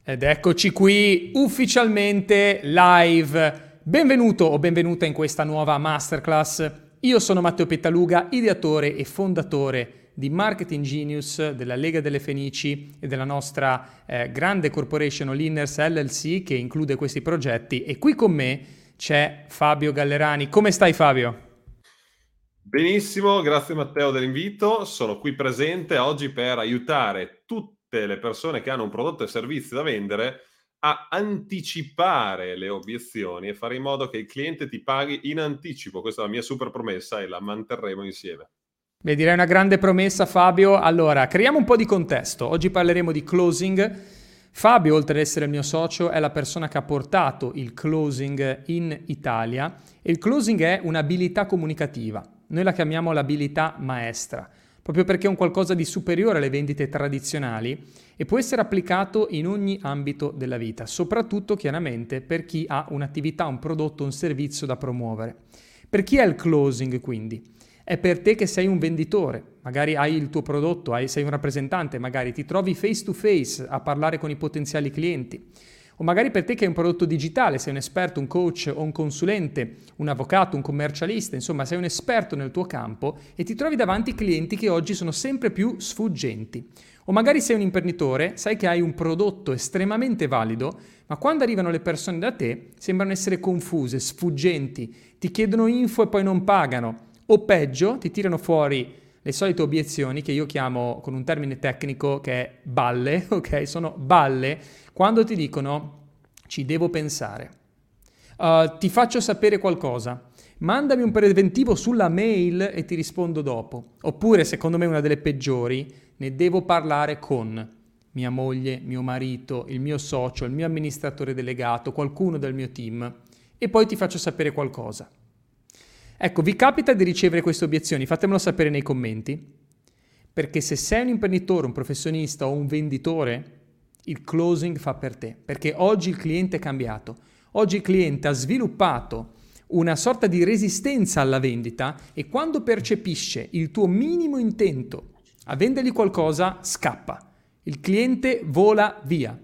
Ed eccoci qui ufficialmente live. Benvenuto o benvenuta in questa nuova masterclass. Io sono Matteo Pittaluga, ideatore e fondatore di Marketing Genius, della Lega delle Fenici e della nostra grande corporation All Inners LLC che include questi progetti. E qui con me c'è Fabio Gallerani. Come stai, Fabio? Benissimo, grazie Matteo dell'invito. Sono qui presente oggi per aiutare tutte le persone che hanno un prodotto e servizio da vendere a anticipare le obiezioni e fare in modo che il cliente ti paghi in anticipo. Questa è la mia super promessa e la manterremo insieme. Beh, direi una grande promessa, Fabio. Allora, creiamo un po' di contesto. Oggi parleremo di closing. Fabio, oltre ad essere il mio socio, è la persona che ha portato il closing in Italia e il closing è un'abilità comunicativa. Noi la chiamiamo l'abilità maestra, proprio perché è un qualcosa di superiore alle vendite tradizionali e può essere applicato in ogni ambito della vita, soprattutto chiaramente per chi ha un'attività, un prodotto, un servizio da promuovere. Per chi è il closing quindi? È per te che sei un venditore, magari hai il tuo prodotto, sei un rappresentante, magari ti trovi face to face a parlare con i potenziali clienti. O magari per te che hai un prodotto digitale, sei un esperto, un coach o un consulente, un avvocato, un commercialista, insomma sei un esperto nel tuo campo e ti trovi davanti clienti che oggi sono sempre più sfuggenti. O magari sei un imprenditore, sai che hai un prodotto estremamente valido, ma quando arrivano le persone da te sembrano essere confuse, sfuggenti, ti chiedono info e poi non pagano. O peggio, ti tirano fuori le solite obiezioni che io chiamo con un termine tecnico che è balle, ok? Sono balle quando ti dicono ci devo pensare, ti faccio sapere qualcosa, mandami un preventivo sulla mail e ti rispondo dopo. Oppure, secondo me una delle peggiori, ne devo parlare con mia moglie, mio marito, il mio socio, il mio amministratore delegato, qualcuno del mio team e poi ti faccio sapere qualcosa. Ecco, vi capita di ricevere queste obiezioni? Fatemelo sapere nei commenti, perché se sei un imprenditore, un professionista o un venditore, il closing fa per te, perché oggi il cliente è cambiato. Oggi il cliente ha sviluppato una sorta di resistenza alla vendita e quando percepisce il tuo minimo intento a vendergli qualcosa, scappa. Il cliente vola via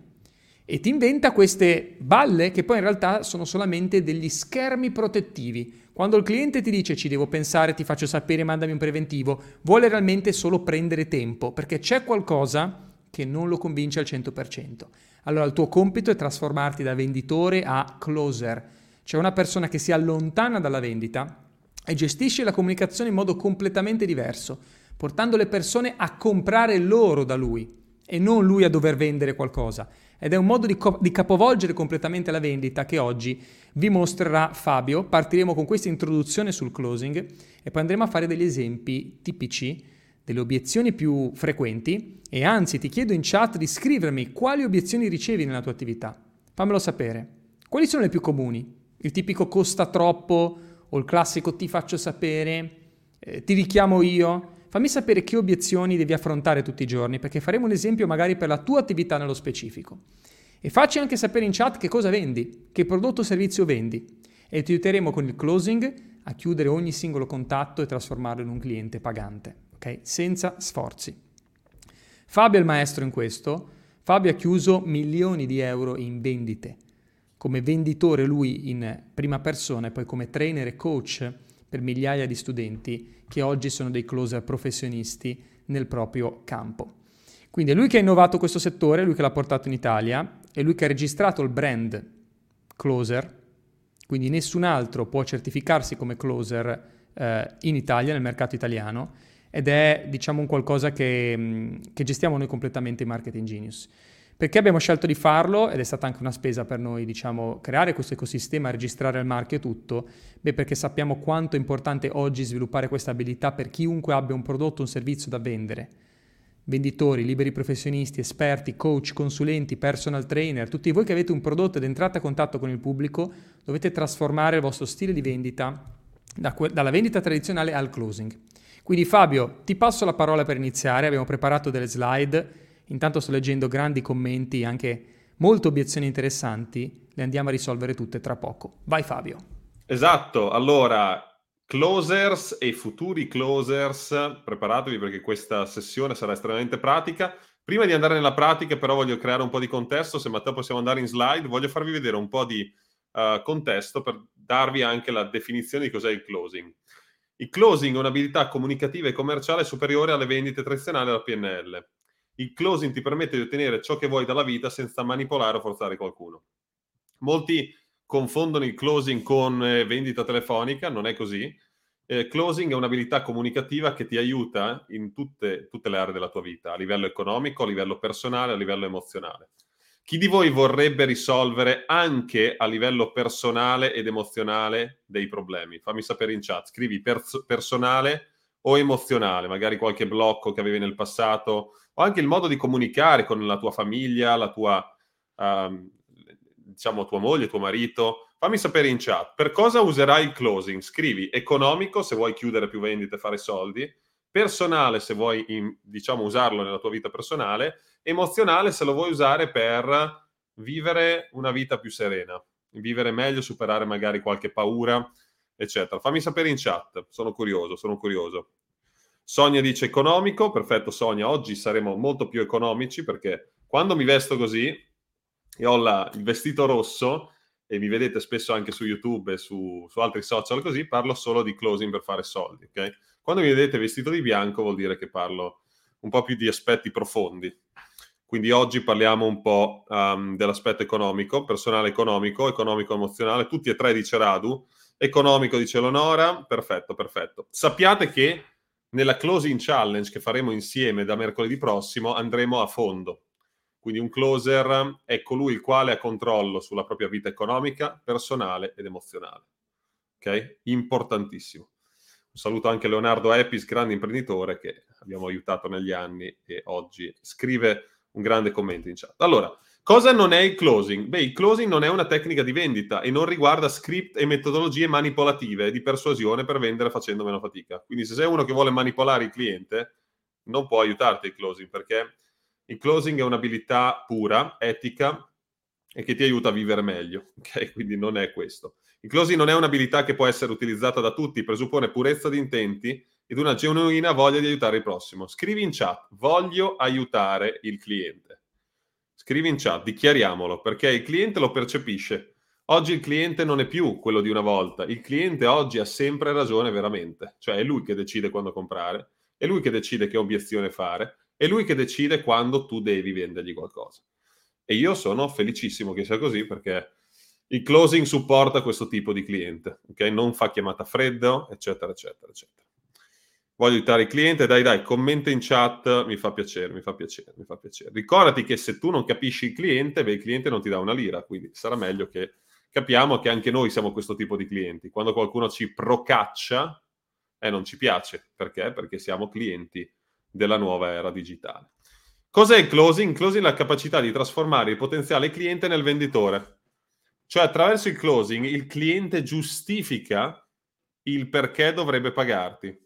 e ti inventa queste balle che poi in realtà sono solamente degli schermi protettivi. Quando il cliente ti dice ci devo pensare, ti faccio sapere, mandami un preventivo, vuole realmente solo prendere tempo perché c'è qualcosa che non lo convince al 100%. Allora il tuo compito è trasformarti da venditore a closer, cioè una persona che si allontana dalla vendita e gestisce la comunicazione in modo completamente diverso, portando le persone a comprare loro da lui e non lui a dover vendere qualcosa. Ed è un modo di capovolgere completamente la vendita che oggi vi mostrerà Fabio. Partiremo con questa introduzione sul closing e poi andremo a fare degli esempi tipici delle obiezioni più frequenti e anzi ti chiedo in chat di scrivermi quali obiezioni ricevi nella tua attività. Fammelo sapere. Quali sono le più comuni? Il tipico costa troppo o il classico ti faccio sapere, ti richiamo io? Fammi sapere che obiezioni devi affrontare tutti i giorni perché faremo un esempio magari per la tua attività nello specifico. E facci anche sapere in chat che cosa vendi, che prodotto o servizio vendi e ti aiuteremo con il closing a chiudere ogni singolo contatto e trasformarlo in un cliente pagante, ok? Senza sforzi. Fabio è il maestro in questo. Fabio ha chiuso milioni di euro in vendite. Come venditore lui in prima persona e poi come trainer e coach per migliaia di studenti che oggi sono dei closer professionisti nel proprio campo. Quindi è lui che ha innovato questo settore, è lui che l'ha portato in Italia, è lui che ha registrato il brand closer, quindi nessun altro può certificarsi come closer in Italia, nel mercato italiano, ed è diciamo un qualcosa che gestiamo noi completamente in Marketing Genius. Perché abbiamo scelto di farlo, ed è stata anche una spesa per noi, diciamo, creare questo ecosistema, registrare il marchio e tutto? Beh, perché sappiamo quanto è importante oggi sviluppare questa abilità per chiunque abbia un prodotto o un servizio da vendere. Venditori, liberi professionisti, esperti, coach, consulenti, personal trainer, tutti voi che avete un prodotto ed entrate a contatto con il pubblico, dovete trasformare il vostro stile di vendita dalla vendita tradizionale al closing. Quindi Fabio, ti passo la parola per iniziare, abbiamo preparato delle slide. Intanto sto leggendo grandi commenti, anche molte obiezioni interessanti, le andiamo a risolvere tutte tra poco. Vai Fabio. Esatto, allora closers e futuri closers, preparatevi perché questa sessione sarà estremamente pratica. Prima di andare nella pratica, però, voglio creare un po' di contesto. Se Matteo possiamo andare in slide, voglio farvi vedere un po' di contesto per darvi anche la definizione di cos'è il closing. Il closing è un'abilità comunicativa e commerciale superiore alle vendite tradizionali della PNL. Il closing ti permette di ottenere ciò che vuoi dalla vita senza manipolare o forzare qualcuno. Molti confondono il closing con vendita telefonica, non è così. Closing è un'abilità comunicativa che ti aiuta in tutte le aree della tua vita, a livello economico, a livello personale, a livello emozionale. Chi di voi vorrebbe risolvere anche a livello personale ed emozionale dei problemi? Fammi sapere in chat. Scrivi personale o emozionale, magari qualche blocco che avevi nel passato, o anche il modo di comunicare con la tua famiglia, la tua, diciamo, tua moglie, tuo marito. Fammi sapere in chat. Per cosa userai il closing? Scrivi economico se vuoi chiudere più vendite e fare soldi, personale se vuoi, diciamo, usarlo nella tua vita personale, emozionale se lo vuoi usare per vivere una vita più serena, vivere meglio, superare magari qualche paura, eccetera. Fammi sapere in chat, sono curioso. Sonia dice economico, perfetto Sonia, oggi saremo molto più economici perché quando mi vesto così e ho il vestito rosso, e mi vedete spesso anche su YouTube e su altri social così, parlo solo di closing per fare soldi, ok? Quando mi vedete vestito di bianco vuol dire che parlo un po' più di aspetti profondi. Quindi oggi parliamo un po' dell'aspetto economico, personale economico, economico emozionale, tutti e tre dice Radu, economico dice Leonora, perfetto. Sappiate che nella closing challenge che faremo insieme da mercoledì prossimo andremo a fondo. Quindi un closer è colui il quale ha controllo sulla propria vita economica, personale ed emozionale. Ok? Importantissimo. Un saluto anche a Leonardo Epis, grande imprenditore che abbiamo aiutato negli anni e oggi scrive un grande commento in chat. Allora, cosa non è il closing? Beh, il closing non è una tecnica di vendita e non riguarda script e metodologie manipolative di persuasione per vendere facendo meno fatica. Quindi se sei uno che vuole manipolare il cliente, non può aiutarti il closing, perché il closing è un'abilità pura, etica, e che ti aiuta a vivere meglio, ok? Quindi non è questo. Il closing non è un'abilità che può essere utilizzata da tutti, presuppone purezza di intenti ed una genuina voglia di aiutare il prossimo. Scrivi in chat, voglio aiutare il cliente. Scrivi in chat, dichiariamolo, perché il cliente lo percepisce. Oggi il cliente non è più quello di una volta, il cliente oggi ha sempre ragione veramente, cioè è lui che decide quando comprare, è lui che decide che obiezione fare, è lui che decide quando tu devi vendergli qualcosa. E io sono felicissimo che sia così perché il closing supporta questo tipo di cliente, ok? Non fa chiamata a freddo, eccetera. Voglio aiutare il cliente, dai, commenta in chat, mi fa piacere. Ricordati che se tu non capisci il cliente, beh, il cliente non ti dà una lira, quindi sarà meglio che capiamo che anche noi siamo questo tipo di clienti. Quando qualcuno ci procaccia, non ci piace. Perché? Perché siamo clienti della nuova era digitale. Cos'è il closing? Il closing è la capacità di trasformare il potenziale cliente nel venditore. Cioè, attraverso il closing, il cliente giustifica il perché dovrebbe pagarti.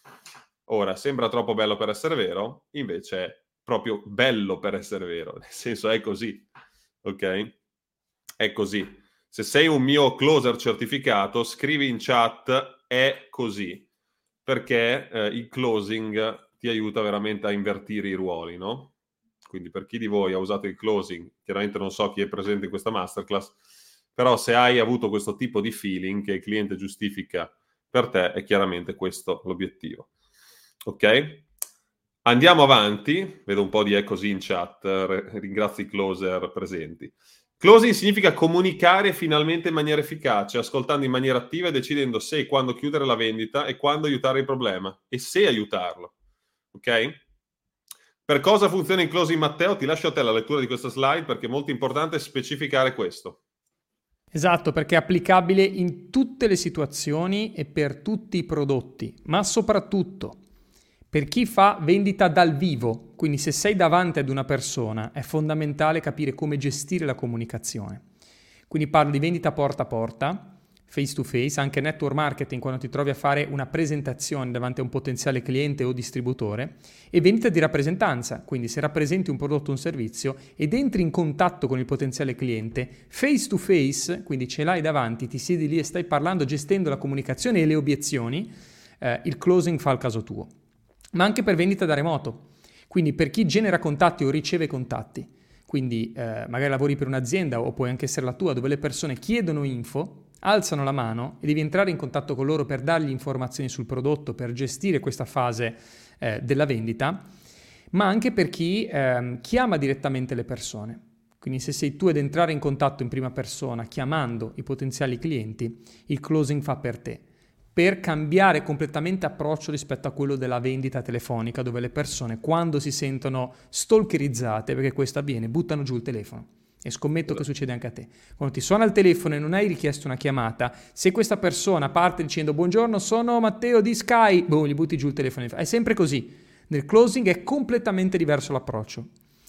Ora, sembra troppo bello per essere vero, invece è proprio bello per essere vero, nel senso è così, ok? È così. Se sei un mio closer certificato, scrivi in chat è così, perché il closing ti aiuta veramente a invertire i ruoli, no? Quindi per chi di voi ha usato il closing, chiaramente non so chi è presente in questa masterclass, però se hai avuto questo tipo di feeling che il cliente giustifica per te, è chiaramente questo l'obiettivo. Ok? Andiamo avanti, vedo un po' di così in chat, ringrazio i closer presenti. Closing significa comunicare finalmente in maniera efficace, ascoltando in maniera attiva e decidendo se e quando chiudere la vendita e quando aiutare il problema e se aiutarlo. Ok? Per cosa funziona il closing, Matteo? Ti lascio a te la lettura di questa slide perché è molto importante specificare questo. Esatto, perché è applicabile in tutte le situazioni e per tutti i prodotti, ma soprattutto per chi fa vendita dal vivo. Quindi se sei davanti ad una persona è fondamentale capire come gestire la comunicazione. Quindi parlo di vendita porta a porta, face to face, anche network marketing quando ti trovi a fare una presentazione davanti a un potenziale cliente o distributore, e vendita di rappresentanza, quindi se rappresenti un prodotto o un servizio ed entri in contatto con il potenziale cliente face to face, quindi ce l'hai davanti, ti siedi lì e stai parlando, gestendo la comunicazione e le obiezioni, il closing fa il caso tuo. Ma anche per vendita da remoto. Quindi per chi genera contatti o riceve contatti, quindi magari lavori per un'azienda o puoi anche essere la tua, dove le persone chiedono info, alzano la mano e devi entrare in contatto con loro per dargli informazioni sul prodotto, per gestire questa fase della vendita, ma anche per chi chiama direttamente le persone. Quindi se sei tu ad entrare in contatto in prima persona chiamando i potenziali clienti, il closing fa per te, per cambiare completamente approccio rispetto a quello della vendita telefonica, dove le persone quando si sentono stalkerizzate, perché questo avviene, buttano giù il telefono. E scommetto che succede anche a te. Quando ti suona il telefono e non hai richiesto una chiamata, se questa persona parte dicendo buongiorno, sono Matteo di Sky, boom, gli butti giù il telefono. È sempre così. Nel closing è completamente diverso l'approccio.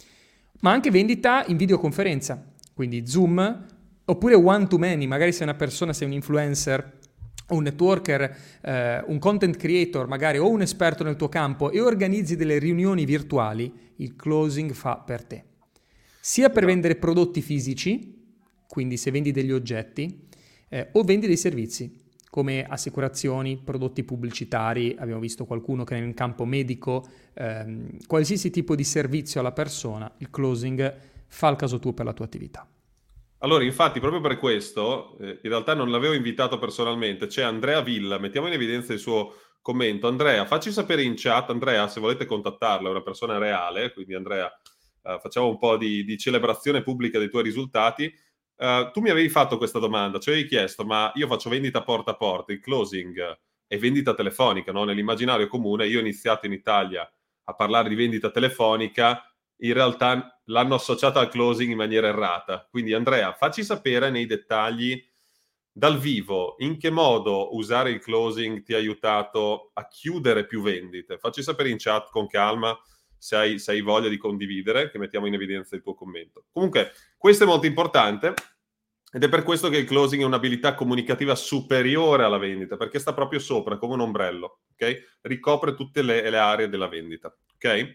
Ma anche vendita in videoconferenza, quindi Zoom, oppure one to many, magari sei una persona, sei un influencer, un networker, un content creator magari o un esperto nel tuo campo e organizzi delle riunioni virtuali, il closing fa per te. Sia per vendere prodotti fisici, quindi se vendi degli oggetti, o vendi dei servizi, come assicurazioni, prodotti pubblicitari, abbiamo visto qualcuno che è nel campo medico, qualsiasi tipo di servizio alla persona, il closing fa il caso tuo per la tua attività. Allora, infatti, proprio per questo, in realtà non l'avevo invitato personalmente, c'è Andrea Villa, mettiamo in evidenza il suo commento. Andrea, facci sapere in chat, Andrea, se volete contattarlo, è una persona reale, quindi Andrea, facciamo un po' di celebrazione pubblica dei tuoi risultati. Tu mi avevi fatto questa domanda, ci avevi chiesto, ma io faccio vendita porta a porta, il closing è vendita telefonica, no? Nell'immaginario comune, io ho iniziato in Italia a parlare di vendita telefonica, in realtà l'hanno associata al closing in maniera errata. Quindi Andrea, facci sapere nei dettagli dal vivo in che modo usare il closing ti ha aiutato a chiudere più vendite. Facci sapere in chat con calma se hai voglia di condividere, che mettiamo in evidenza il tuo commento. Comunque, questo è molto importante ed è per questo che il closing è un'abilità comunicativa superiore alla vendita, perché sta proprio sopra, come un ombrello, ok? Ricopre tutte le aree della vendita, ok?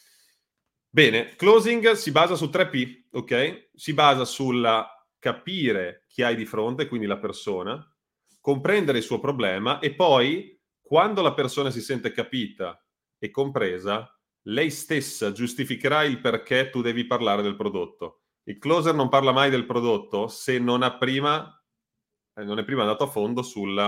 Bene, closing si basa su 3P, ok? Si basa sulla capire chi hai di fronte, quindi la persona, comprendere il suo problema e poi, quando la persona si sente capita e compresa, lei stessa giustificherà il perché tu devi parlare del prodotto. Il closer non parla mai del prodotto se non è prima andato a fondo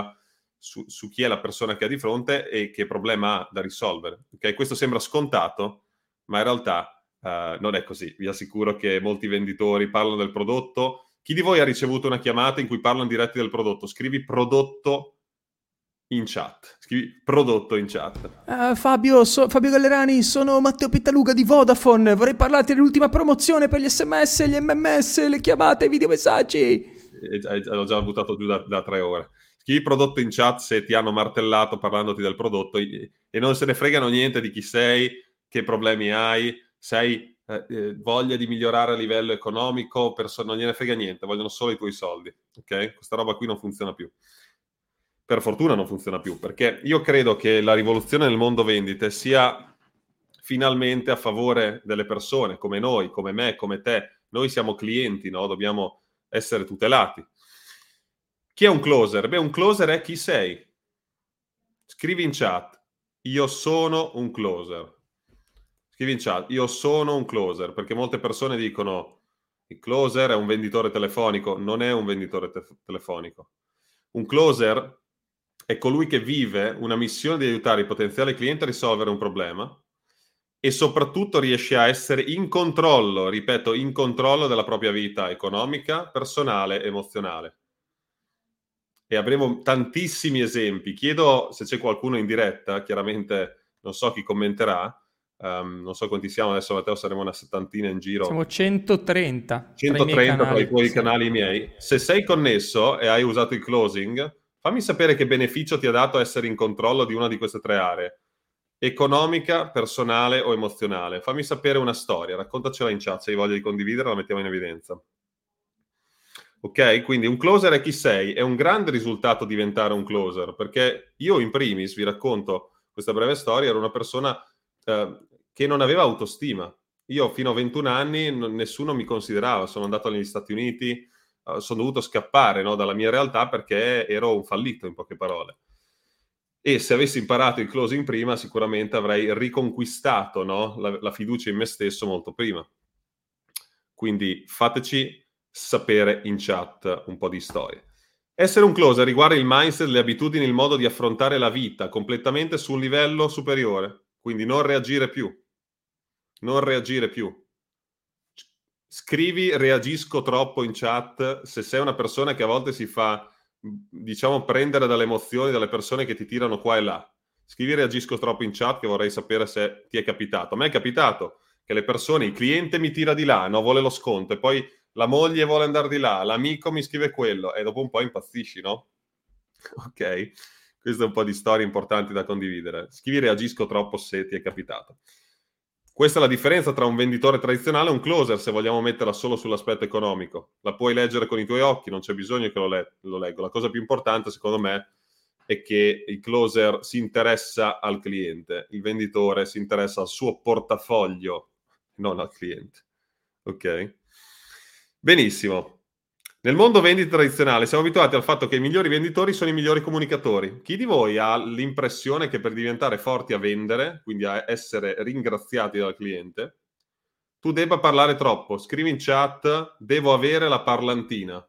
su chi è la persona che ha di fronte e che problema ha da risolvere. Okay? Questo sembra scontato, ma in realtà non è così. Vi assicuro che molti venditori parlano del prodotto. Chi di voi ha ricevuto una chiamata in cui parlano diretti del prodotto? Scrivi prodotto in chat. Scrivi prodotto in chat. Fabio Gallerani, sono Matteo Pittaluga di Vodafone. Vorrei parlarti dell'ultima promozione per gli SMS, gli MMS, le chiamate, i videomessaggi. L'ho già buttato giù da 3 ore. Scrivi prodotto in chat se ti hanno martellato parlandoti del prodotto e non se ne fregano niente di chi sei, che problemi hai, se hai voglia di migliorare a livello economico, non gliene frega niente, vogliono solo i tuoi soldi. Ok? Questa roba qui non funziona più. Per fortuna non funziona più, perché io credo che la rivoluzione nel mondo vendite sia finalmente a favore delle persone, come noi, come me, come te. Noi siamo clienti, no? Dobbiamo essere tutelati. Chi è un closer? Beh, un closer è chi sei. Scrivi in chat, io sono un closer. Scrivi in chat, io sono un closer, perché molte persone dicono il closer è un venditore telefonico. Non è un venditore telefonico. Un closer è colui che vive una missione di aiutare il potenziale cliente a risolvere un problema e soprattutto riesce a essere in controllo, ripeto, in controllo della propria vita economica, personale, emozionale. E avremo tantissimi esempi. Chiedo se c'è qualcuno in diretta, chiaramente non so chi commenterà, non so quanti siamo, adesso Matteo saremo una settantina in giro. Siamo 130 130 tra i tuoi sì. canali e i miei. Se sei connesso e hai usato il closing, fammi sapere che beneficio ti ha dato essere in controllo di una di queste 3 aree. Economica, personale o emozionale. Fammi sapere una storia, raccontacela in chat, se hai voglia di condividere la mettiamo in evidenza. Ok? Quindi un closer è chi sei. È un grande risultato diventare un closer, perché io in primis, vi racconto questa breve storia, ero una persona che non aveva autostima. Io fino a 21 anni nessuno mi considerava, sono andato negli Stati Uniti, sono dovuto scappare, no, dalla mia realtà perché ero un fallito, in poche parole. E se avessi imparato il closing prima, sicuramente avrei riconquistato, no, la fiducia in me stesso molto prima. Quindi fateci sapere in chat un po' di storie. Essere un closer riguarda il mindset, le abitudini, il modo di affrontare la vita completamente su un livello superiore. Quindi non reagire più. Non reagire più. Scrivi reagisco troppo in chat se sei una persona che a volte si fa, diciamo, prendere dalle emozioni dalle persone che ti tirano qua e là. Scrivi reagisco troppo in chat, che vorrei sapere se ti è capitato. A me è capitato che le persone, il cliente mi tira di là, no, vuole lo sconto, e poi la moglie vuole andare di là, l'amico mi scrive quello, e dopo un po' impazzisci, no? Ok? Questo è un po' di storie importanti da condividere. Scrivi reagisco troppo se ti è capitato. Questa è la differenza tra un venditore tradizionale e un closer, se vogliamo metterla solo sull'aspetto economico. La puoi leggere con i tuoi occhi, non c'è bisogno che lo leggo. La cosa più importante, secondo me, è che il closer si interessa al cliente, il venditore si interessa al suo portafoglio, non al cliente. Ok? Benissimo. Nel mondo vendita tradizionale siamo abituati al fatto che i migliori venditori sono i migliori comunicatori. Chi di voi ha l'impressione che per diventare forti a vendere, quindi a essere ringraziati dal cliente, tu debba parlare troppo? Scrivi in chat, devo avere la parlantina.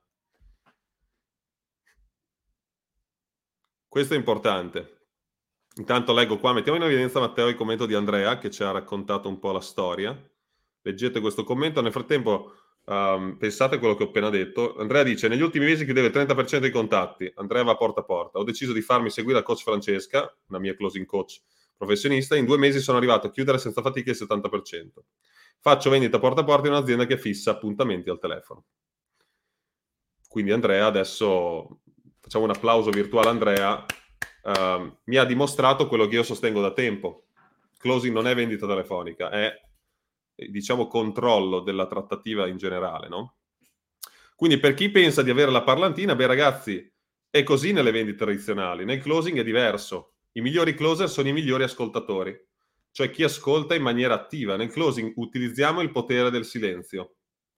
Questo è importante. Intanto leggo qua, mettiamo in evidenza, Matteo, il commento di Andrea che ci ha raccontato un po' la storia. Leggete questo commento. Nel frattempo, pensate a quello che ho appena detto. Andrea dice: negli ultimi mesi chiudevo il 30% dei contatti. Andrea va porta a porta. Ho deciso di farmi seguire da coach Francesca, una mia closing coach professionista. In 2 mesi sono arrivato a chiudere senza fatica il 70%. Faccio vendita porta a porta in un'azienda che fissa appuntamenti al telefono. Quindi Andrea, adesso facciamo un applauso virtuale a Andrea. Mi ha dimostrato quello che io sostengo da tempo. Closing non è vendita telefonica, è, diciamo, controllo della trattativa in generale, no? Quindi per chi pensa di avere la parlantina, beh ragazzi, è così nelle vendite tradizionali. Nel closing è diverso. I migliori closer sono i migliori ascoltatori, cioè chi ascolta in maniera attiva. Nel closing utilizziamo il potere del silenzio.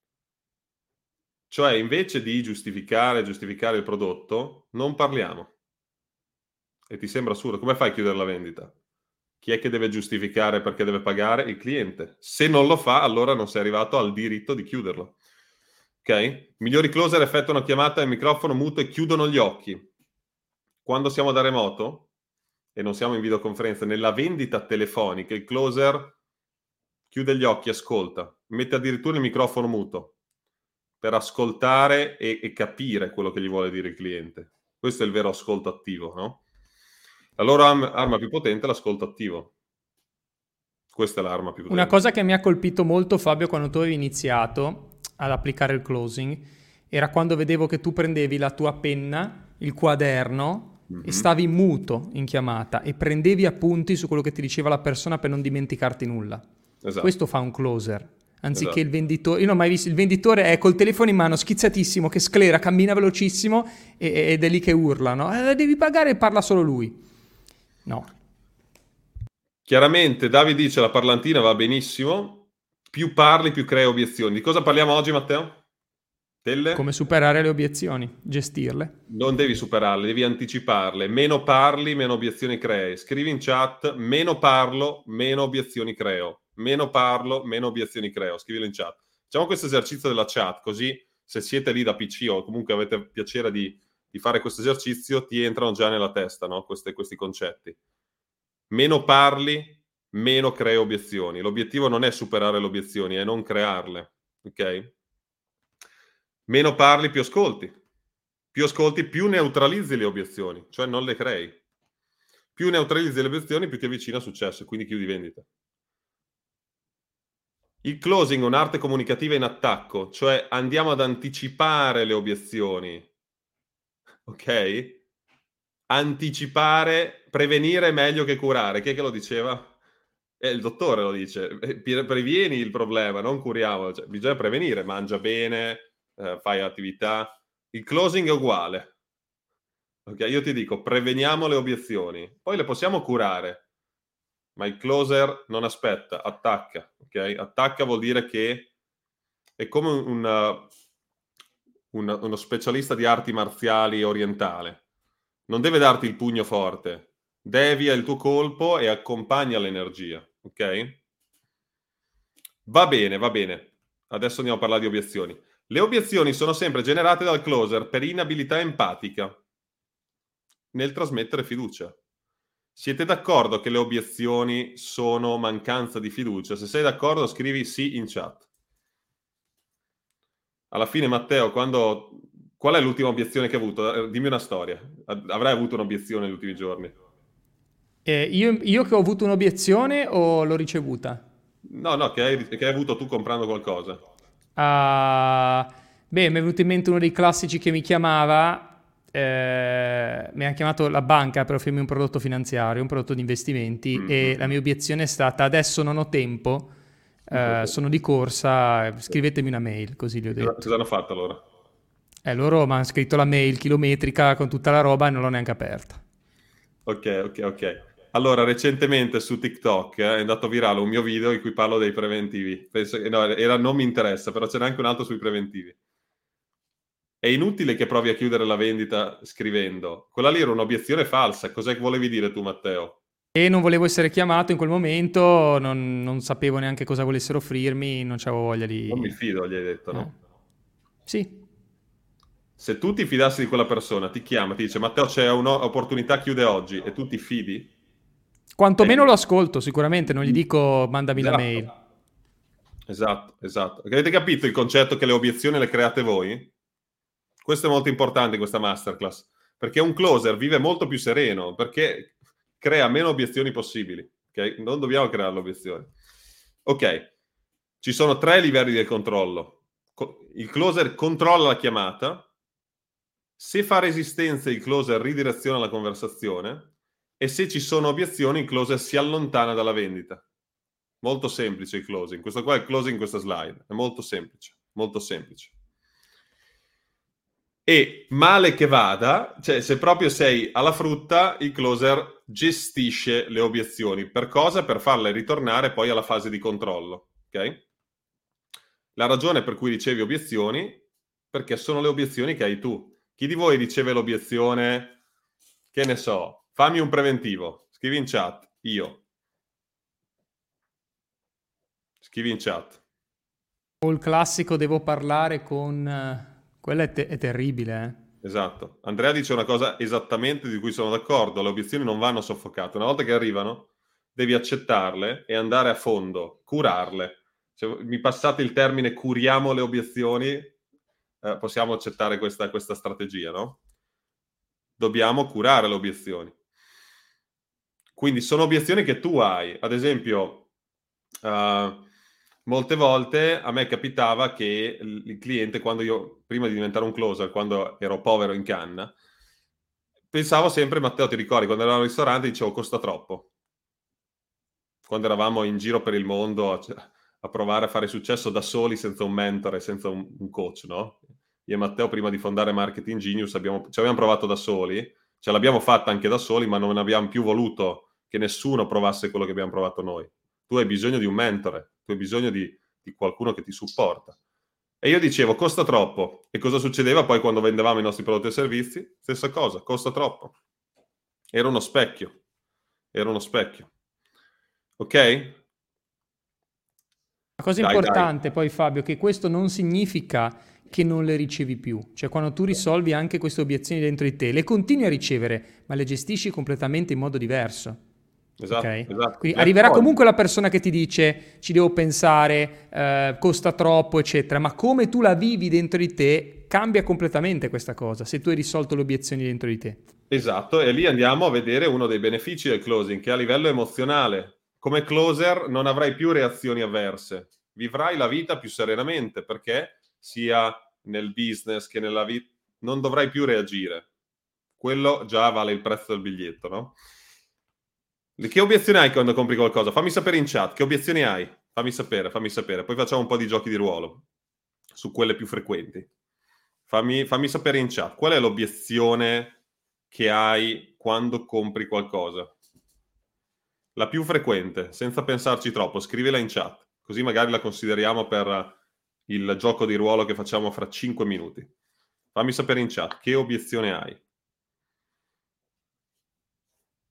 Cioè, invece di giustificare il prodotto, non parliamo. E ti sembra assurdo? Come fai a chiudere la vendita? Chi è che deve giustificare perché deve pagare? Il cliente. Se non lo fa, allora non sei arrivato al diritto di chiuderlo. Ok? I migliori closer effettuano chiamata al microfono muto e chiudono gli occhi. Quando siamo da remoto e non siamo in videoconferenza, nella vendita telefonica, il closer chiude gli occhi, ascolta, mette addirittura il microfono muto per ascoltare e capire quello che gli vuole dire il cliente. Questo è il vero ascolto attivo, no? La loro arma più potente è l'ascolto attivo. Questa è l'arma più Una potente. cosa che mi ha colpito molto, Fabio, quando tu avevi iniziato ad applicare il closing, era quando vedevo che tu prendevi la tua penna, il quaderno, e stavi muto in chiamata e prendevi appunti su quello che ti diceva la persona per non dimenticarti nulla. Esatto. Questo fa un closer. Anziché Esatto. il venditore, io non ho mai visto il venditore è col telefono in mano, schizzatissimo, che sclera, cammina velocissimo ed è lì che urla, no? Devi pagare e parla solo lui. No. Chiaramente Davide dice la parlantina va benissimo, più parli più crei obiezioni. Di cosa parliamo oggi, Matteo? Come superare le obiezioni, gestirle. Non devi superarle, devi anticiparle. Meno parli, meno obiezioni crei. Scrivi in chat, meno parlo, meno obiezioni creo. Meno parlo, meno obiezioni creo. Scrivilo in chat. Facciamo questo esercizio della chat, così se siete lì da PC o comunque avete piacere di fare questo esercizio, ti entrano già nella testa, no? Questi concetti. Meno parli, meno crei obiezioni. L'obiettivo non è superare le obiezioni, è non crearle. Ok? Meno parli, più ascolti. Più ascolti, più neutralizzi le obiezioni, cioè non le crei. Più neutralizzi le obiezioni, più ti avvicina a successo e quindi chiudi vendita. Il closing è un'arte comunicativa in attacco, cioè andiamo ad anticipare le obiezioni. Ok? Anticipare, prevenire è meglio che curare. Chi è che lo diceva? Il dottore lo dice. Previeni il problema, non curiamolo. Cioè, bisogna prevenire, mangia bene, fai attività. Il closing è uguale. Ok, io ti dico, preveniamo le obiezioni, poi le possiamo curare, ma il closer non aspetta, attacca, ok? Attacca vuol dire che è come uno specialista di arti marziali orientale. Non deve darti il pugno forte, devia il tuo colpo e accompagna l'energia, ok? Va bene, va bene. Adesso andiamo a parlare di obiezioni. Le obiezioni sono sempre generate dal closer per inabilità empatica nel trasmettere fiducia. Siete d'accordo che le obiezioni sono mancanza di fiducia? Se sei d'accordo, scrivi sì in chat. Alla fine, Matteo, qual è l'ultima obiezione che hai avuto? Dimmi una storia. Avrai avuto un'obiezione negli ultimi giorni? Io che ho avuto un'obiezione o l'ho ricevuta? No, no, che hai avuto tu comprando qualcosa. Ah, beh, mi è venuto in mente uno dei classici che mi chiamava, mi ha chiamato la banca per offrirmi un prodotto finanziario, un prodotto di investimenti e la mia obiezione è stata adesso non ho tempo, sono di corsa, scrivetemi una mail, così gli ho detto. Cosa hanno fatto allora? Loro mi hanno scritto la mail chilometrica con tutta la roba e non l'ho neanche aperta. Ok. Allora, recentemente su TikTok è andato virale un mio video in cui parlo dei preventivi. Penso che, no, non mi interessa, però c'è anche un altro sui preventivi. È inutile che provi a chiudere la vendita scrivendo. Quella lì era un'obiezione falsa. Cos'è che volevi dire tu, Matteo? E non volevo essere chiamato in quel momento, non sapevo neanche cosa volessero offrirmi, non c'avevo voglia Non mi di... fido, gli hai detto, eh. no? Sì, Se tu ti fidassi di quella persona, ti chiama, ti dice Matteo c'è un'opportunità, chiude oggi, e tu ti fidi? quantomeno lo ascolto sicuramente, non gli dico mandami la Esatto, mail. esatto. Avete capito il concetto che le obiezioni le create voi? Questo è molto importante in questa masterclass, perché un closer vive molto più sereno, perché crea meno obiezioni possibili, ok? Non dobbiamo creare le obiezioni. Ok, ci sono 3 livelli del controllo. Il closer controlla la chiamata, se fa resistenza il closer ridireziona la conversazione e se ci sono obiezioni il closer si allontana dalla vendita. Molto semplice il closing. Questo qua è il closing in questa slide. È molto semplice, molto semplice. E male che vada, cioè se proprio sei alla frutta, il closer gestisce le obiezioni. Per cosa? Per farle ritornare poi alla fase di controllo. Ok? La ragione per cui ricevi obiezioni, perché sono le obiezioni che hai tu. Chi di voi riceve l'obiezione, che ne so, fammi un preventivo, scrivi in chat, io. Scrivi in chat. O il classico devo parlare con... quello è terribile, eh. Esatto. Andrea dice una cosa esattamente di cui sono d'accordo, le obiezioni non vanno soffocate. Una volta che arrivano, devi accettarle e andare a fondo, curarle. Se mi passate il termine curiamo le obiezioni, possiamo accettare questa strategia, no? Dobbiamo curare le obiezioni. Quindi sono obiezioni che tu hai. Ad esempio, molte volte a me capitava che il cliente, quando io, prima di diventare un closer, quando ero povero in canna, pensavo sempre, Matteo, ti ricordi, quando eravamo al ristorante dicevo costa troppo. Quando eravamo in giro per il mondo a provare a fare successo da soli, senza un mentore, senza un coach, no? Io e Matteo, prima di fondare Marketing Genius, ci abbiamo provato da soli, ce l'abbiamo fatta anche da soli, ma non abbiamo più voluto che nessuno provasse quello che abbiamo provato noi. Tu hai bisogno di un mentore, tu hai bisogno di qualcuno che ti supporta. E io dicevo, costa troppo. E cosa succedeva poi quando vendevamo i nostri prodotti e servizi? Stessa cosa, costa troppo. Era uno specchio. Era uno specchio. Ok? La cosa Dai. importante poi Fabio è che questo non significa che non le ricevi più, cioè quando tu risolvi anche queste obiezioni dentro di te, le continui a ricevere, ma le gestisci completamente in modo diverso. Ok? Esatto. Quindi Le arriverà accogli. comunque la persona che ti dice ci devo pensare, costa troppo, eccetera, ma come tu la vivi dentro di te cambia completamente questa cosa, se tu hai risolto le obiezioni dentro di te. Esatto, e lì andiamo a vedere uno dei benefici del closing, che a livello emozionale, come closer non avrai più reazioni avverse, vivrai la vita più serenamente, perché sia nel business che nella vita non dovrai più reagire. Quello già vale il prezzo del biglietto, no? Che obiezioni hai quando compri qualcosa? Fammi sapere in chat, che obiezioni hai? Fammi sapere. Poi facciamo un po' di giochi di ruolo su quelle più frequenti. Fammi sapere in chat, qual è l'obiezione che hai quando compri qualcosa? La più frequente, senza pensarci troppo, scrivila in chat, così magari la consideriamo per il gioco di ruolo che facciamo fra 5 minuti. Fammi sapere in chat, che obiezione hai?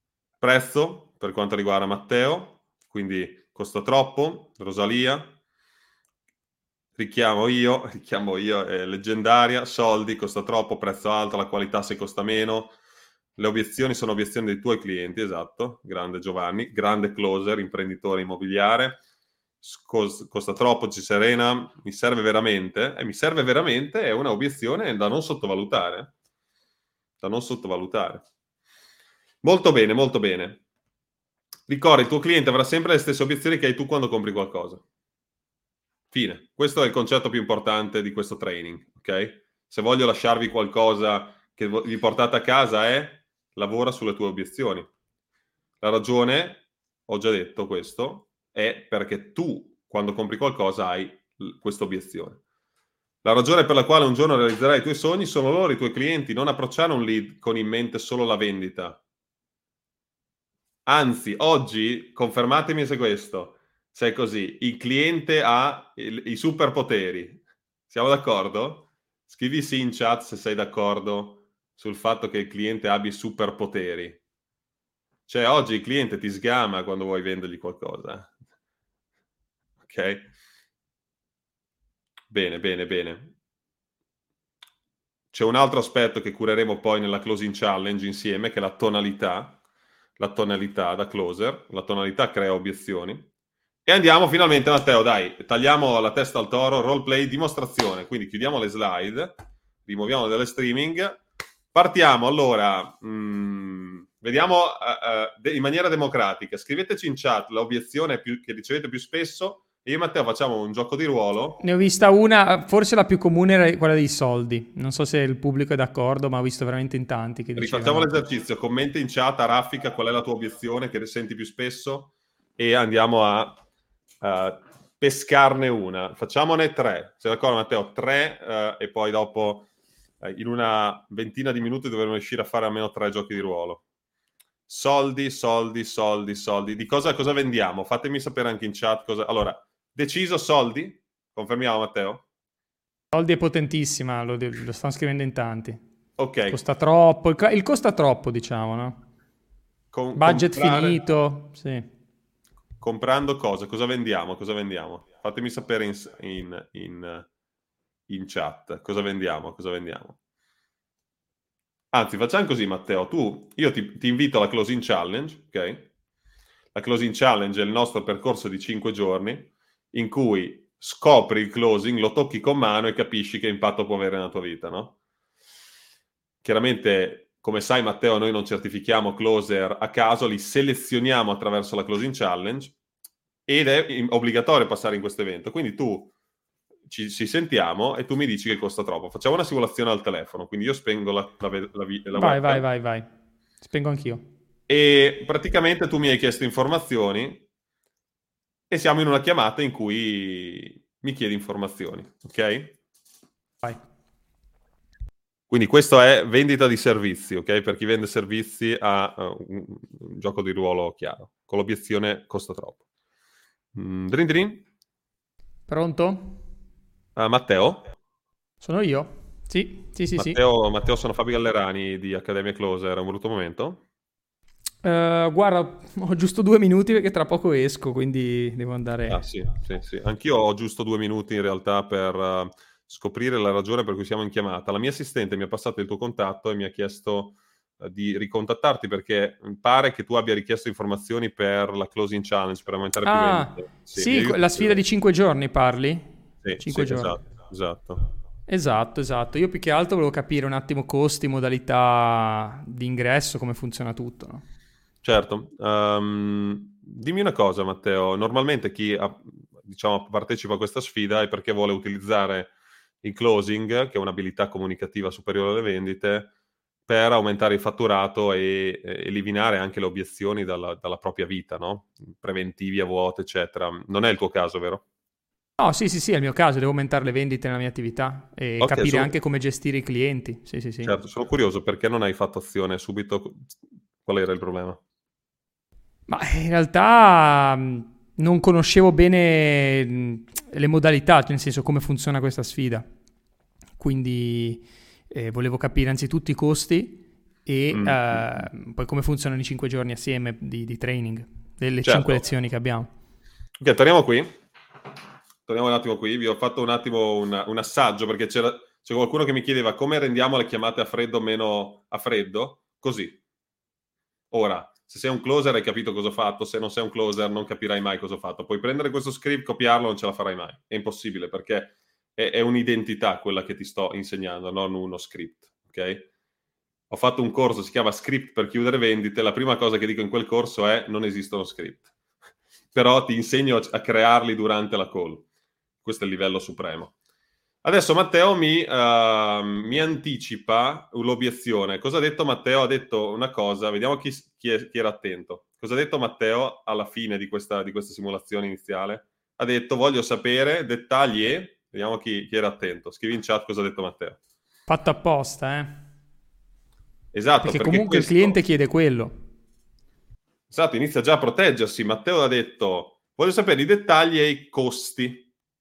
prezzo per quanto riguarda Matteo, quindi costa troppo, Rosalia, richiamo io, è leggendaria, soldi, costa troppo, prezzo alto, la qualità se costa meno. Le obiezioni sono obiezioni dei tuoi clienti, esatto, grande Giovanni, grande closer, imprenditore immobiliare. Costa troppo, ci serena, mi serve veramente? Mi serve veramente è una obiezione da non sottovalutare. Da non sottovalutare. Molto bene, molto bene. Ricorda, il tuo cliente avrà sempre le stesse obiezioni che hai tu quando compri qualcosa. Fine. Questo è il concetto più importante di questo training, ok? Se voglio lasciarvi qualcosa che vi portate a casa è lavora sulle tue obiezioni. La ragione, ho già detto questo, è perché tu, quando compri qualcosa, hai questa obiezione. La ragione per la quale un giorno realizzerai i tuoi sogni sono loro, i tuoi clienti, non approcciare un lead con in mente solo la vendita. Anzi, oggi, confermatemi se questo, se è così, il cliente ha i superpoteri. Siamo d'accordo? Scrivi sì in chat se sei d'accordo sul fatto che il cliente abbia i superpoteri. Cioè, oggi il cliente ti sgama quando vuoi vendergli qualcosa. Ok? Bene, bene, bene. C'è un altro aspetto che cureremo poi nella Closing Challenge insieme, che è la tonalità da closer. La tonalità crea obiezioni. E andiamo finalmente, Matteo, dai, tagliamo la testa al toro, roleplay, dimostrazione. Quindi chiudiamo le slide, rimuoviamo dalle streaming. Partiamo, allora, vediamo in maniera democratica. Scriveteci in chat l'obiezione che ricevete più spesso e io e Matteo facciamo un gioco di ruolo. Ne ho vista una, forse la più comune era quella dei soldi. Non so se il pubblico è d'accordo, ma ho visto veramente in tanti che Rifacciamo dicevano... l'esercizio, commenta in chat a raffica qual è la tua obiezione che senti più spesso e andiamo a pescarne una. Facciamone 3. Sei d'accordo, Matteo? 3 e poi dopo in una ventina di minuti dovremo riuscire a fare almeno 3 giochi di ruolo. Soldi, soldi, soldi, soldi. Di cosa vendiamo? Fatemi sapere anche in chat cosa... Allora, deciso soldi? Confermiamo, Matteo? Soldi è potentissima, lo stanno scrivendo in tanti. Ok. Costa troppo, il costa troppo, diciamo, no? Budget finito, sì. Comprando cosa? Cosa vendiamo? Cosa vendiamo? Fatemi sapere in chat cosa vendiamo, cosa vendiamo. Anzi, facciamo così, Matteo. Io ti invito alla Closing Challenge, ok? La Closing Challenge è il nostro percorso di 5 giorni in cui scopri il closing, lo tocchi con mano e capisci che impatto può avere nella tua vita, no? Chiaramente, come sai, Matteo, noi non certifichiamo closer a caso, li selezioniamo attraverso la Closing Challenge ed è obbligatorio passare in questo evento. Quindi ci sentiamo e tu mi dici che costa troppo. Facciamo una simulazione al telefono, quindi io spengo la webcam. Vai. Spengo anch'io. E praticamente tu mi hai chiesto informazioni e siamo in una chiamata in cui mi chiedi informazioni, ok? Vai. Quindi questo è vendita di servizi, ok? Per chi vende servizi ha un gioco di ruolo chiaro. Con l'obiezione costa troppo. Drin drin. Pronto? Matteo? Sono io? Sì. Matteo, sono Fabio Gallerani di Accademia Closer. È un brutto momento? Guarda, ho giusto 2 minuti perché tra poco esco, quindi devo andare... Ah, sì. Anch'io ho giusto 2 minuti in realtà per scoprire la ragione per cui siamo in chiamata. La mia assistente mi ha passato il tuo contatto e mi ha chiesto di ricontattarti perché pare che tu abbia richiesto informazioni per la Closing Challenge, per aumentare più vendite. Sì, la sfida di 5 giorni parli? Sì, 5 giorni. Esatto. Io più che altro volevo capire un attimo costi, modalità di ingresso, come funziona tutto, no? Certo. Dimmi una cosa, Matteo. Normalmente chi partecipa a questa sfida è perché vuole utilizzare il closing, che è un'abilità comunicativa superiore alle vendite, per aumentare il fatturato e eliminare anche le obiezioni dalla propria vita, no? Preventivi a vuoto, eccetera. Non è il tuo caso, vero? No, sì, è il mio caso, devo aumentare le vendite nella mia attività e capire anche come gestire i clienti. Sì. Certo, sono curioso perché non hai fatto azione subito. Qual era il problema? Ma in realtà non conoscevo bene le modalità, nel senso come funziona questa sfida. Quindi volevo capire anzitutto i costi e poi come funzionano i 5 giorni assieme di training, delle Certo. 5 lezioni che abbiamo. Ok, torniamo qui. Torniamo un attimo qui. Vi ho fatto un attimo un assaggio perché c'è qualcuno che mi chiedeva come rendiamo le chiamate a freddo meno a freddo. Così. Ora, se sei un closer hai capito cosa ho fatto, se non sei un closer non capirai mai cosa ho fatto. Puoi prendere questo script, copiarlo, non ce la farai mai. È impossibile perché è un'identità quella che ti sto insegnando, non uno script, ok? Ho fatto un corso, si chiama Script per chiudere vendite. La prima cosa che dico in quel corso è non esistono script. Però ti insegno a crearli durante la call. Questo è il livello supremo. Adesso Matteo mi anticipa l'obiezione. Cosa ha detto Matteo? Ha detto una cosa, vediamo chi era attento. Cosa ha detto Matteo alla fine di questa simulazione iniziale? Ha detto voglio sapere dettagli e... Vediamo chi era attento. Scrivi in chat cosa ha detto Matteo. Fatto apposta, Esatto, perché comunque il cliente chiede quello. Esatto, inizia già a proteggersi. Matteo ha detto voglio sapere i dettagli e i costi.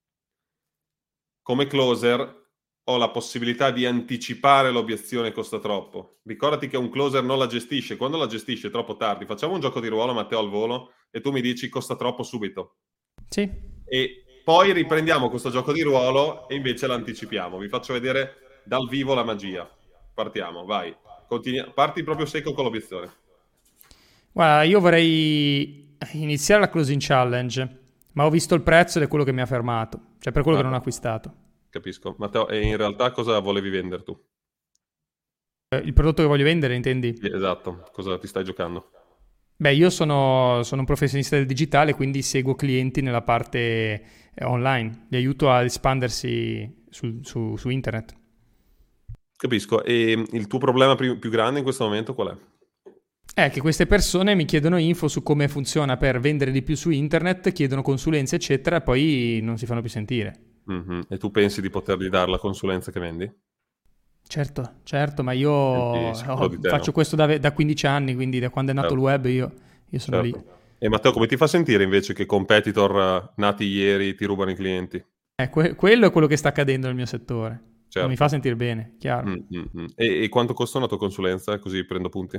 Come closer ho la possibilità di anticipare l'obiezione costa troppo. Ricordati che un closer non la gestisce. Quando la gestisce è troppo tardi. Facciamo un gioco di ruolo, Matteo, al volo, e tu mi dici costa troppo subito. Sì. E poi riprendiamo questo gioco di ruolo e invece l'anticipiamo. Vi faccio vedere dal vivo la magia. Partiamo, vai. Parti proprio secco con l'obiezione. Guarda, io vorrei iniziare la closing challenge, ma ho visto il prezzo ed è quello che mi ha fermato. Cioè per quello che non ho acquistato. Capisco. Matteo, e in realtà cosa volevi vendere tu? Il prodotto che voglio vendere, intendi? Esatto. Cosa ti stai giocando? Beh, io sono un professionista del digitale, quindi seguo clienti nella parte online. Li aiuto a espandersi su internet. Capisco. E il tuo problema più grande in questo momento qual è? È che queste persone mi chiedono info su come funziona per vendere di più su internet, chiedono consulenze, eccetera, e poi non si fanno più sentire. Mm-hmm. E tu pensi di potergli dare la consulenza che vendi? Certo, ma io faccio questo da 15 anni, quindi da quando è nato il web io sono lì. E Matteo, come ti fa sentire invece che competitor nati ieri ti rubano i clienti? Quello è quello che sta accadendo nel mio settore. Certo. Non mi fa sentire bene, chiaro. E quanto costa una tua consulenza? Così prendo punti.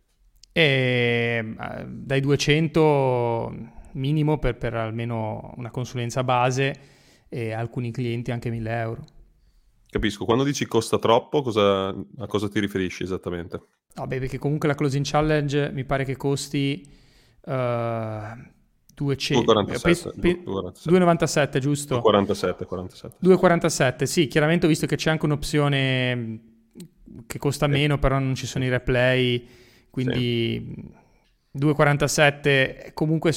Dai 200 minimo per almeno una consulenza base e alcuni clienti anche 1.000 euro. Capisco. Quando dici costa troppo, a cosa ti riferisci esattamente? Vabbè, perché comunque la closing challenge mi pare che costi 2,97, giusto? 47. 2,47, sì, chiaramente ho visto che c'è anche un'opzione che costa meno, però non ci sono i replay, quindi 2,47 comunque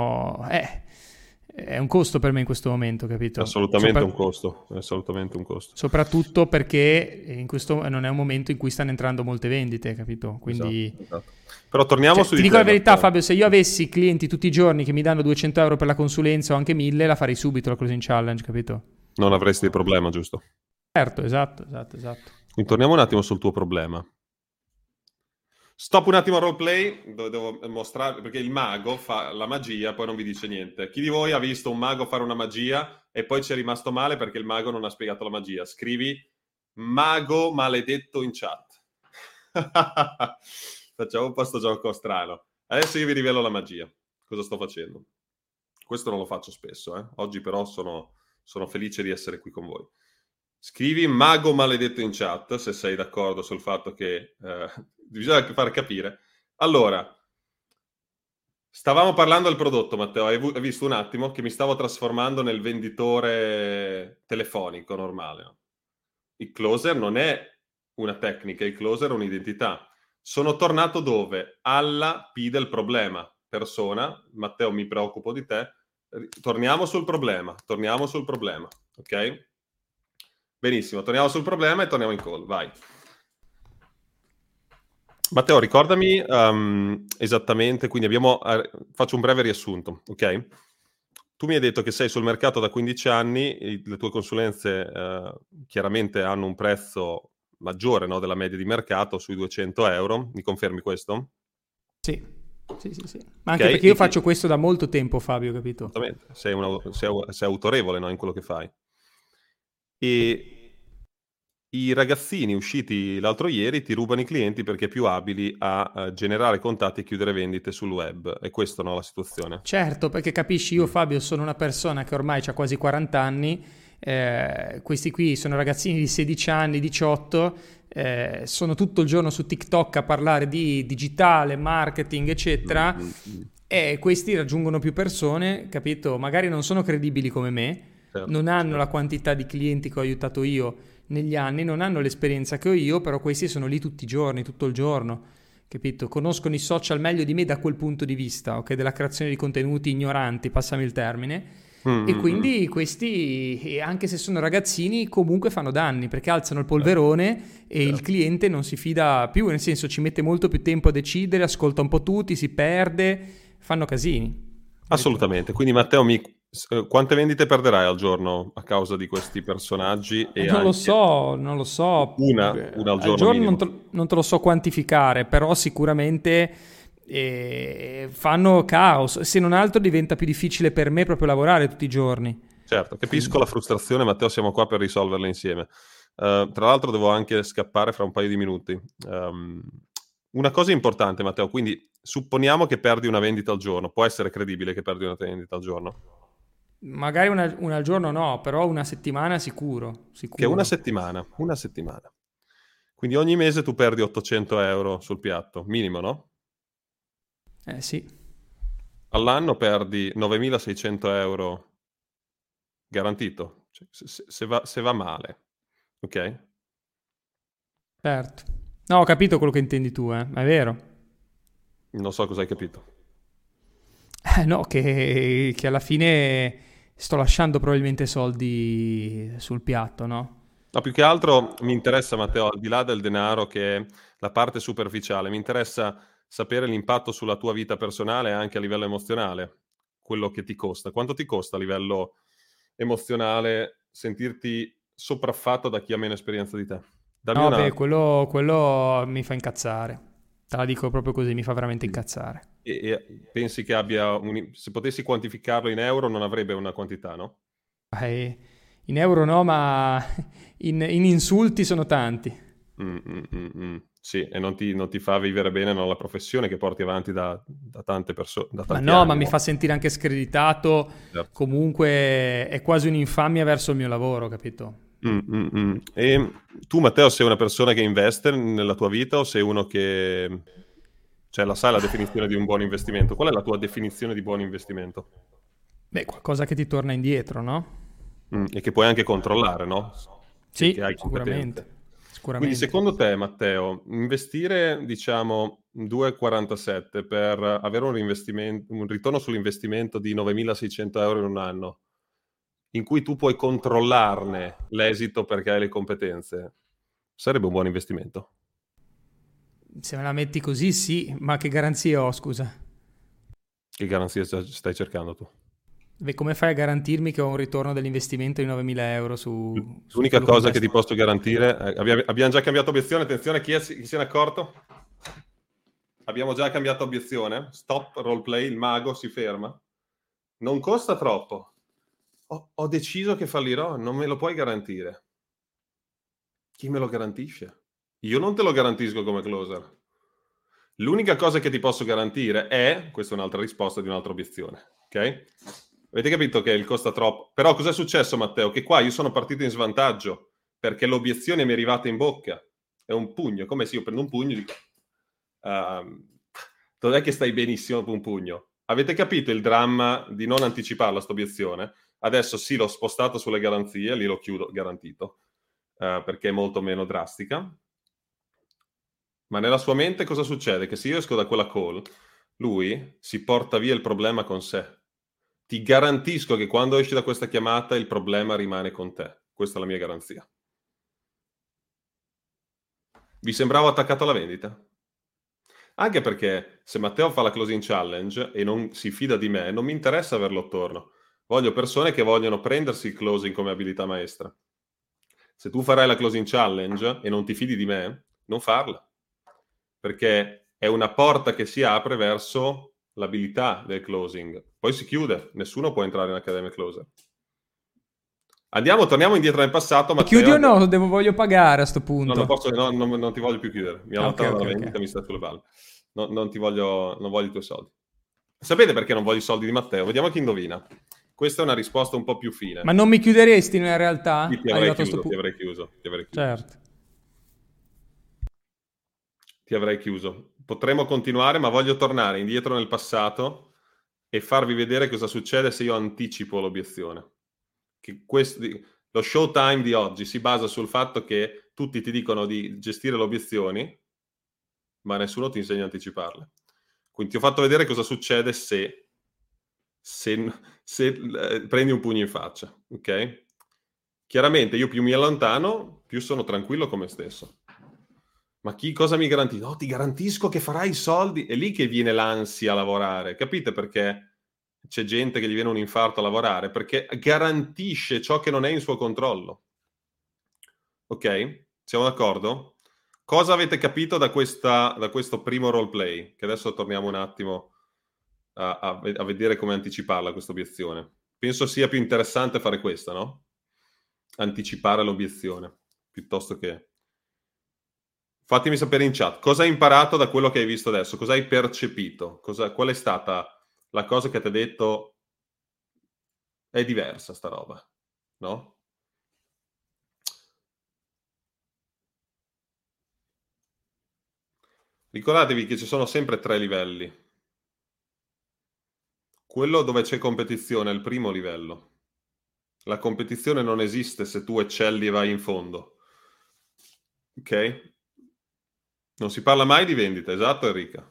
è un costo per me in questo momento, capito? Assolutamente un costo. Soprattutto perché questo non è un momento in cui stanno entrando molte vendite, capito? Quindi... Esatto. Però torniamo su di te. Ti dico la verità, Fabio, se io avessi clienti tutti i giorni che mi danno 200 euro per la consulenza o anche 1.000, la farei subito la closing challenge, capito? Non avresti problema, giusto? Certo, esatto. Quindi torniamo un attimo sul tuo problema. Stop un attimo al roleplay, devo mostrare, perché il mago fa la magia, poi non vi dice niente. Chi di voi ha visto un mago fare una magia e poi ci è rimasto male perché il mago non ha spiegato la magia? Scrivi mago maledetto in chat. Facciamo un po' sto gioco strano. Adesso io vi rivelo la magia. Cosa sto facendo? Questo non lo faccio spesso, Oggi però sono felice di essere qui con voi. Scrivi mago maledetto in chat se sei d'accordo sul fatto che bisogna far capire. Allora, stavamo parlando del prodotto, Matteo. Hai visto un attimo che mi stavo trasformando nel venditore telefonico normale. No? Il closer non è una tecnica, il closer è un'identità. Sono tornato dove? Alla P del problema. Persona, Matteo, mi preoccupo di te. Torniamo sul problema, ok? Benissimo, torniamo sul problema e torniamo in call, vai. Matteo, ricordami esattamente, quindi faccio un breve riassunto, ok? Tu mi hai detto che sei sul mercato da 15 anni, le tue consulenze chiaramente hanno un prezzo maggiore, no, della media di mercato, sui 200 euro, mi confermi questo? Sì. Ma anche perché io faccio questo da molto tempo, Fabio, capito? Esattamente, sei autorevole, no, in quello che fai. E i ragazzini usciti l'altro ieri ti rubano i clienti perché più abili a generare contatti e chiudere vendite sul web. È questa, no, la situazione? Certo, perché capisci, io Fabio sono una persona che ormai ha quasi 40 anni, questi qui sono ragazzini di 16 anni, 18, sono tutto il giorno su TikTok a parlare di digitale, marketing, eccetera, e questi raggiungono più persone, capito? Magari non sono credibili come me, Certo, non hanno certo. la quantità di clienti che ho aiutato io negli anni, non hanno l'esperienza che ho io, però questi sono lì tutti i giorni, tutto il giorno. Capito? Conoscono i social meglio di me da quel punto di vista, ok? Della creazione di contenuti ignoranti, passami il termine. Mm, E mm, mm. quindi questi, anche se sono ragazzini, comunque fanno danni perché alzano il polverone e il Certo. cliente non si fida più, nel senso ci mette molto più tempo a decidere, ascolta un po' tutti, si perde, fanno casini. Capito? Assolutamente. Quindi Matteo, quante vendite perderai al giorno a causa di questi personaggi e Non lo anche so, non lo so. una al Al giorno giorno minimo? non te lo so quantificare, però sicuramente fanno caos. Se non altro diventa più difficile per me proprio lavorare tutti i giorni. Certo, capisco Quindi, la frustrazione, Matteo, siamo qua per risolverla insieme. Tra l'altro devo anche scappare fra un paio di minuti. Una cosa importante, Matteo, quindi supponiamo che perdi una vendita al giorno. Può essere credibile che perdi una vendita al giorno? magari una al giorno no, però una settimana sicuro, Che è sicuro. una settimana. Quindi ogni mese tu perdi 800 euro sul piatto, minimo, no? Sì, All'anno perdi 9.600 euro garantito, cioè, se va male, ok? certo. No, ho capito quello che intendi tu, è vero. Non so cosa hai capito. No, che alla fine sto lasciando probabilmente soldi sul piatto, no? No, più che altro mi interessa, Matteo, al di là del denaro, che è la parte superficiale, mi interessa sapere l'impatto sulla tua vita personale e anche a livello emozionale, quello che ti costa. Quanto ti costa a livello emozionale sentirti sopraffatto da chi ha meno esperienza di te? Dammi No, una... beh, quello mi fa incazzare. Te la dico proprio così, mi fa veramente incazzare. E pensi che abbia se potessi quantificarlo in euro non avrebbe una quantità, no? Eh, In euro no, ma in insulti sono tanti. Mm, mm, mm, mm. Sì, e non ti fa vivere bene, no, la professione che porti avanti da tante persone, da Ma tanti no, ma anni, mi no? fa sentire anche screditato. Certo. Comunque è quasi un'infamia verso il mio lavoro, capito? Mm, mm, mm. E tu, Matteo, sei una persona che investe nella tua vita o sei uno che... Cioè, la sai la definizione di un buon investimento? Qual è la tua definizione di buon investimento? Beh, qualcosa che ti torna indietro, no? E che puoi anche controllare, no? Che Sì, hai competenze. sicuramente. Quindi Sicuramente. secondo te, Matteo, investire diciamo 2,47 per avere un ritorno sull'investimento di 9.600 euro in un anno, in cui tu puoi controllarne l'esito perché hai le competenze, sarebbe un buon investimento? Se me la metti così, sì, ma che garanzie ho, scusa? Che garanzie stai cercando tu? Beh, come fai a garantirmi che ho un ritorno dell'investimento di 9.000 euro su L'unica quello che cosa che ti investo? posso garantire, abbiamo già cambiato obiezione, attenzione, chi se n'è accorto? Abbiamo già cambiato obiezione, stop, roleplay, il mago si ferma. Non costa troppo. Ho deciso che fallirò, non me lo puoi garantire. Chi me lo garantisce? Io non te lo garantisco come closer. L'unica cosa che ti posso garantire è, questa è un'altra risposta di un'altra obiezione, ok? Avete capito che il costa troppo? Però cos'è successo, Matteo? Che qua io sono partito in svantaggio, perché l'obiezione mi è arrivata in bocca. È un pugno, come se io prendo un pugno e dico... non è che stai benissimo dopo un pugno. Avete capito il dramma di non anticiparla, sta obiezione? Adesso sì, l'ho spostato sulle garanzie, lì lo chiudo, garantito, perché è molto meno drastica. Ma nella sua mente cosa succede? Che se io esco da quella call, lui si porta via il problema con sé. Ti garantisco che quando esci da questa chiamata il problema rimane con te. Questa è la mia garanzia. Vi sembravo attaccato alla vendita? Anche perché se Matteo fa la closing challenge e non si fida di me, non mi interessa averlo attorno. Voglio persone che vogliono prendersi il closing come abilità maestra. Se tu farai la closing challenge e non ti fidi di me, non farla. Perché è una porta che si apre verso l'abilità del closing. Poi si chiude, nessuno può entrare in Academy Closer. Torniamo indietro nel passato. Matteo, chiudi o no? Voglio pagare a sto punto. Non ti voglio più chiudere. Mi allontano dalla vendita, mi sta sulle palle. Non voglio i tuoi soldi. Sapete perché non voglio i soldi di Matteo? Vediamo chi indovina. Questa è una risposta un po' più fine. Ma non mi chiuderesti nella realtà? Ti avrei chiuso. Certo. Ti avrei chiuso. Potremmo continuare, ma voglio tornare indietro nel passato e farvi vedere cosa succede se io anticipo l'obiezione. Lo showtime di oggi si basa sul fatto che tutti ti dicono di gestire le obiezioni, ma nessuno ti insegna a anticiparle. Quindi ti ho fatto vedere cosa succede se prendi un pugno in faccia, ok? Chiaramente io più mi allontano, più sono tranquillo con me stesso. Ma cosa mi garantisce? No, ti garantisco che farai i soldi. È lì che viene l'ansia a lavorare. Capite perché c'è gente che gli viene un infarto a lavorare? Perché garantisce ciò che non è in suo controllo. Ok? Siamo d'accordo? Cosa avete capito da questo primo roleplay? Che adesso torniamo un attimo a vedere come anticiparla questa obiezione. Penso sia più interessante fare questa, no? Anticipare l'obiezione, piuttosto che... Fatemi sapere in chat, cosa hai imparato da quello che hai visto adesso? Cosa hai percepito? Qual è stata la cosa che ti ha detto è diversa sta roba, no? Ricordatevi che ci sono sempre 3 livelli. Quello dove c'è competizione è il primo livello. La competizione non esiste se tu eccelli e vai in fondo. Ok? Non si parla mai di vendita, esatto Enrica?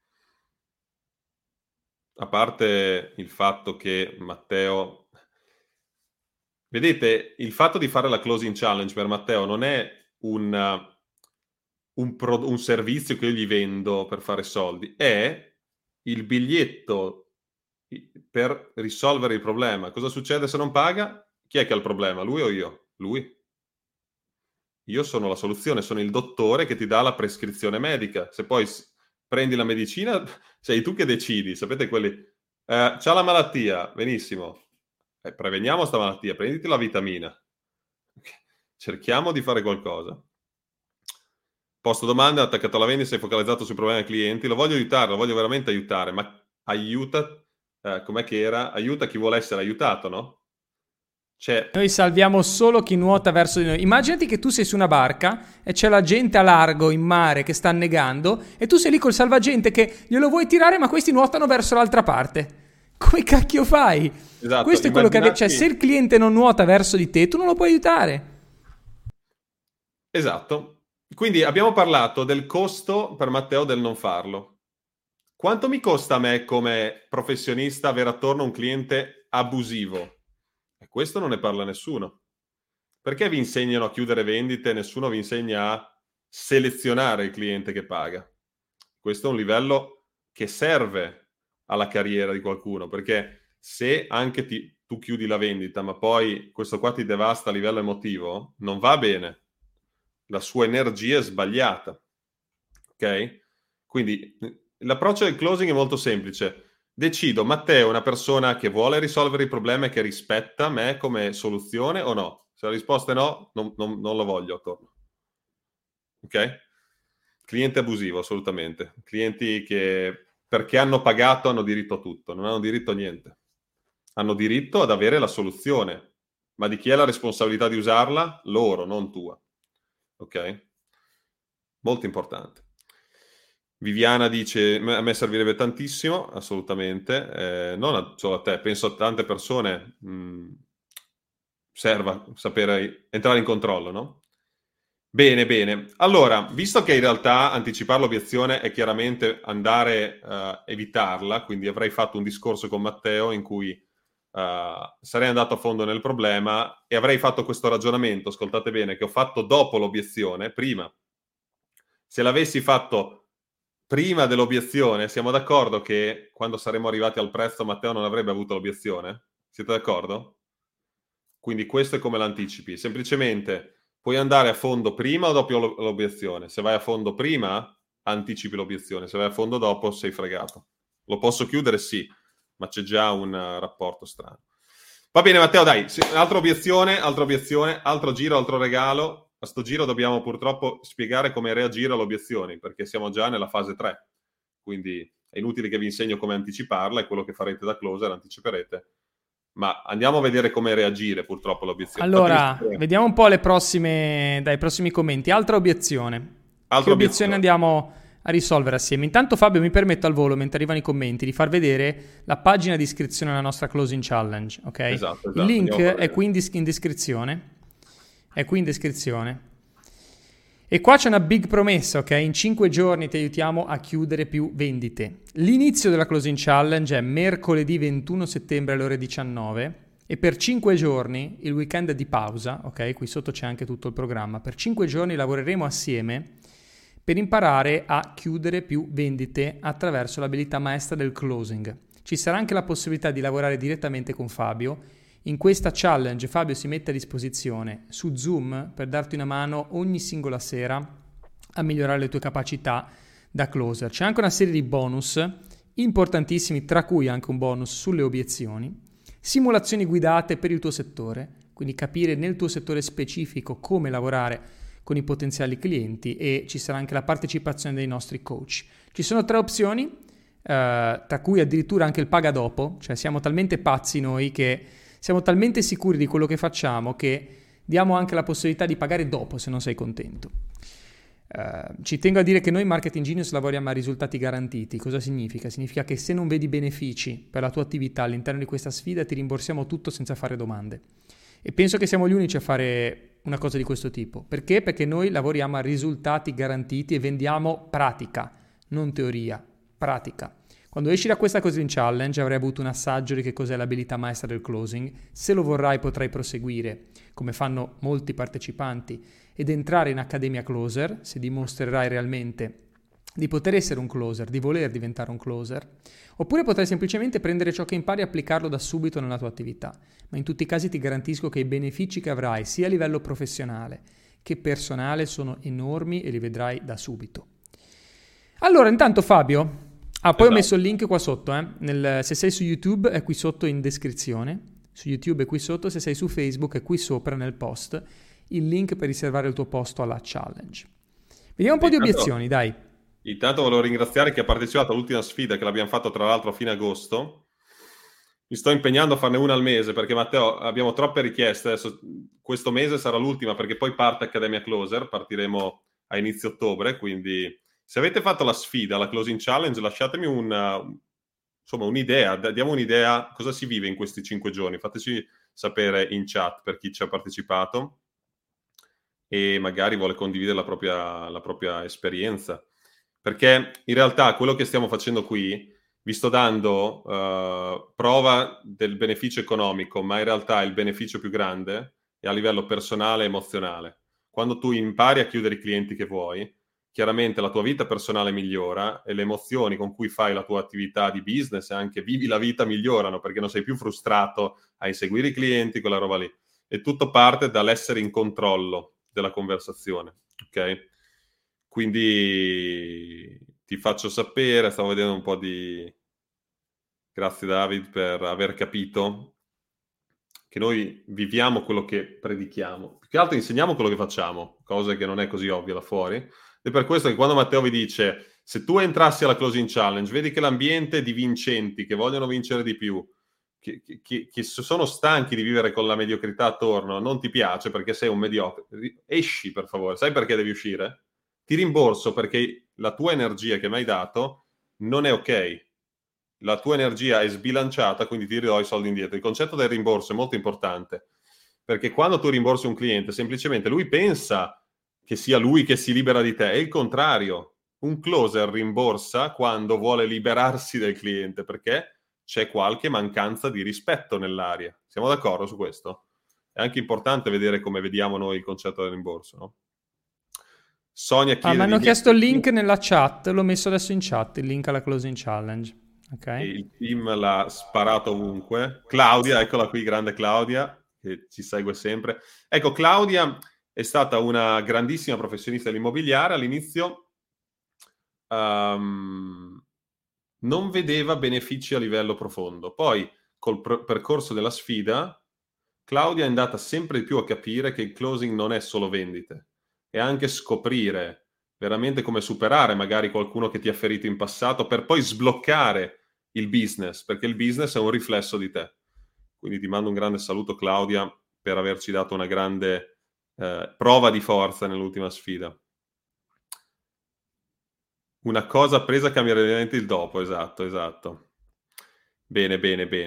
A parte il fatto che Matteo... Vedete, il fatto di fare la closing challenge per Matteo non è un servizio che io gli vendo per fare soldi, è il biglietto per risolvere il problema. Cosa succede se non paga? Chi è che ha il problema? Lui o io? Lui. Io sono la soluzione, sono il dottore che ti dà la prescrizione medica. Se poi prendi la medicina, sei tu che decidi. Sapete quelli... c'ha la malattia, benissimo. Preveniamo sta malattia, prenditi la vitamina. Cerchiamo di fare qualcosa. Posto domande, attaccato alla vendita, sei focalizzato sui problemi dei clienti. Lo voglio aiutare, lo voglio veramente aiutare, ma aiuta, com'è che era? Aiuta chi vuole essere aiutato, no? Noi salviamo solo chi nuota verso di noi. Immaginati che tu sei su una barca e c'è la gente a largo in mare che sta annegando e tu sei lì col salvagente che glielo vuoi tirare ma questi nuotano verso l'altra parte. Come cacchio fai? Esatto, questo è quello che cioè se il cliente non nuota verso di te tu non lo puoi aiutare. Esatto. Quindi abbiamo parlato del costo per Matteo del non farlo. Quanto mi costa a me come professionista avere attorno un cliente abusivo? E questo non ne parla nessuno. Perché vi insegnano a chiudere vendite e nessuno vi insegna a selezionare il cliente che paga? Questo è un livello che serve alla carriera di qualcuno, perché se anche tu chiudi la vendita, ma poi questo qua ti devasta a livello emotivo, non va bene. La sua energia è sbagliata. Ok? Quindi l'approccio del closing è molto semplice. Decido, Matteo è una persona che vuole risolvere il problema e che rispetta me come soluzione o no? Se la risposta è no, non lo voglio attorno. Ok? Cliente abusivo, assolutamente. Clienti che perché hanno pagato hanno diritto a tutto, non hanno diritto a niente. Hanno diritto ad avere la soluzione, ma di chi è la responsabilità di usarla? Loro, non tua. Ok? Molto importante. Viviana dice, a me servirebbe tantissimo, assolutamente, non solo a te, penso a tante persone serva sapere entrare in controllo, no? Bene, bene. Allora, visto che in realtà anticipare l'obiezione è chiaramente andare a evitarla, quindi avrei fatto un discorso con Matteo in cui sarei andato a fondo nel problema e avrei fatto questo ragionamento, ascoltate bene, che ho fatto dopo l'obiezione, prima. Se l'avessi fatto prima dell'obiezione, siamo d'accordo che quando saremmo arrivati al prezzo Matteo non avrebbe avuto l'obiezione? Siete d'accordo? Quindi questo è come l'anticipi. Semplicemente puoi andare a fondo prima o dopo l'obiezione. Se vai a fondo prima, anticipi l'obiezione. Se vai a fondo dopo, sei fregato. Lo posso chiudere? Sì, ma c'è già un rapporto strano. Va bene Matteo, dai, altra obiezione, altro giro, altro regalo. A sto giro dobbiamo purtroppo spiegare come reagire alle obiezioni, perché siamo già nella fase 3, quindi è inutile che vi insegno come anticiparla, è quello che farete da closer, anticiperete. Ma andiamo a vedere come reagire purtroppo alle obiezioni. Allora, vediamo un po' dai prossimi commenti. Altra obiezione. Che obiezione andiamo a risolvere assieme? Intanto Fabio, mi permetto al volo, mentre arrivano i commenti, di far vedere la pagina di iscrizione alla nostra Closing Challenge, ok? Esatto. Il link è qui in descrizione. È qui in descrizione. E qua c'è una big promessa, ok? In 5 giorni ti aiutiamo a chiudere più vendite. L'inizio della Closing Challenge è mercoledì 21 settembre alle ore 19 e per 5 giorni, il weekend di pausa, ok? Qui sotto c'è anche tutto il programma. Per 5 giorni lavoreremo assieme per imparare a chiudere più vendite attraverso l'abilità maestra del closing. Ci sarà anche la possibilità di lavorare direttamente con Fabio. In questa challenge Fabio si mette a disposizione su Zoom per darti una mano ogni singola sera a migliorare le tue capacità da closer. C'è anche una serie di bonus importantissimi, tra cui anche un bonus sulle obiezioni, simulazioni guidate per il tuo settore, quindi capire nel tuo settore specifico come lavorare con i potenziali clienti, e ci sarà anche la partecipazione dei nostri coach. Ci sono 3 opzioni, tra cui addirittura anche il paga dopo, cioè siamo talmente pazzi noi che siamo talmente sicuri di quello che facciamo che diamo anche la possibilità di pagare dopo se non sei contento. Ci tengo a dire che noi Marketing Genius lavoriamo a risultati garantiti. Cosa significa? Significa che se non vedi benefici per la tua attività all'interno di questa sfida ti rimborsiamo tutto senza fare domande. E penso che siamo gli unici a fare una cosa di questo tipo. Perché? Perché noi lavoriamo a risultati garantiti e vendiamo pratica, non teoria, pratica. Quando esci da questa Closing Challenge avrai avuto un assaggio di che cos'è l'abilità maestra del closing. Se lo vorrai potrai proseguire, come fanno molti partecipanti, ed entrare in Accademia Closer, se dimostrerai realmente di poter essere un closer, di voler diventare un closer. Oppure potrai semplicemente prendere ciò che impari e applicarlo da subito nella tua attività. Ma in tutti i casi ti garantisco che i benefici che avrai sia a livello professionale che personale sono enormi e li vedrai da subito. Allora, intanto Fabio... poi ho messo il link qua sotto, se sei su YouTube è qui sotto in descrizione, su YouTube è qui sotto, se sei su Facebook è qui sopra nel post, il link per riservare il tuo posto alla challenge. Vediamo un po' di obiezioni, dai. Intanto volevo ringraziare chi ha partecipato all'ultima sfida che l'abbiamo fatto tra l'altro a fine agosto. Mi sto impegnando a farne una al mese perché Matteo abbiamo troppe richieste, adesso questo mese sarà l'ultima perché poi parte Accademia Closer, partiremo a inizio ottobre, quindi... Se avete fatto la sfida, la Closing Challenge, lasciatemi un'idea, diamo un'idea cosa si vive in questi 5 giorni. Fateci sapere in chat per chi ci ha partecipato e magari vuole condividere la propria esperienza. Perché in realtà quello che stiamo facendo qui vi sto dando prova del beneficio economico, ma in realtà il beneficio più grande è a livello personale e emozionale. Quando tu impari a chiudere i clienti che vuoi, chiaramente la tua vita personale migliora e le emozioni con cui fai la tua attività di business e anche vivi la vita migliorano perché non sei più frustrato a inseguire i clienti, quella roba lì. E tutto parte dall'essere in controllo della conversazione, ok? Quindi ti faccio sapere, stavo vedendo un po' di... Grazie David per aver capito che noi viviamo quello che predichiamo. Più che altro insegniamo quello che facciamo, cosa che non è così ovvia là fuori. È per questo che quando Matteo vi dice se tu entrassi alla Closing Challenge, vedi che l'ambiente è di vincenti, che vogliono vincere di più, che sono stanchi di vivere con la mediocrità attorno, non ti piace perché sei un mediocre, esci per favore. Sai perché devi uscire? Ti rimborso perché la tua energia che mi hai dato non è ok. La tua energia è sbilanciata, quindi ti ridò i soldi indietro. Il concetto del rimborso è molto importante, perché quando tu rimborsi un cliente, semplicemente lui pensa che sia lui che si libera di te, è il contrario. Un closer rimborsa quando vuole liberarsi del cliente, perché c'è qualche mancanza di rispetto nell'aria. Siamo d'accordo su questo? È anche importante vedere come vediamo noi il concetto del rimborso, no? Sonia chiede... mi hanno chiesto il link nella chat, l'ho messo adesso in chat, il link alla Closing Challenge. Okay. E il team l'ha sparato ovunque. Claudia, eccola qui, grande Claudia, che ci segue sempre. Ecco, Claudia è stata una grandissima professionista dell'immobiliare. All'inizio non vedeva benefici a livello profondo. Poi, col percorso della sfida, Claudia è andata sempre di più a capire che il closing non è solo vendite, è anche scoprire veramente come superare magari qualcuno che ti ha ferito in passato per poi sbloccare il business, perché il business è un riflesso di te. Quindi ti mando un grande saluto, Claudia, per averci dato una grande prova di forza nell'ultima sfida. Una cosa presa cambia radicalmente il dopo, esatto. Bene.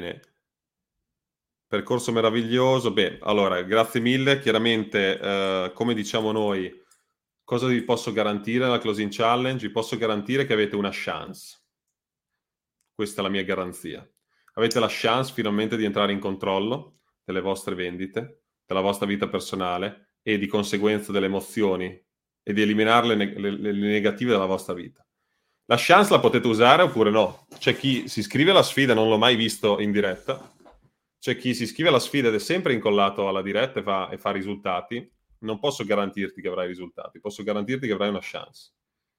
Percorso meraviglioso. Beh, allora, grazie mille. Chiaramente, come diciamo noi, cosa vi posso garantire nella Closing Challenge? Vi posso garantire che avete una chance. Questa è la mia garanzia. Avete la chance finalmente di entrare in controllo delle vostre vendite, della vostra vita personale e di conseguenza delle emozioni e di eliminare le negative dalla vostra vita. La chance la potete usare oppure no. C'è chi si iscrive alla sfida, non l'ho mai visto in diretta. C'è chi si iscrive alla sfida ed è sempre incollato alla diretta e fa risultati. Non posso garantirti che avrai risultati, posso garantirti che avrai una chance.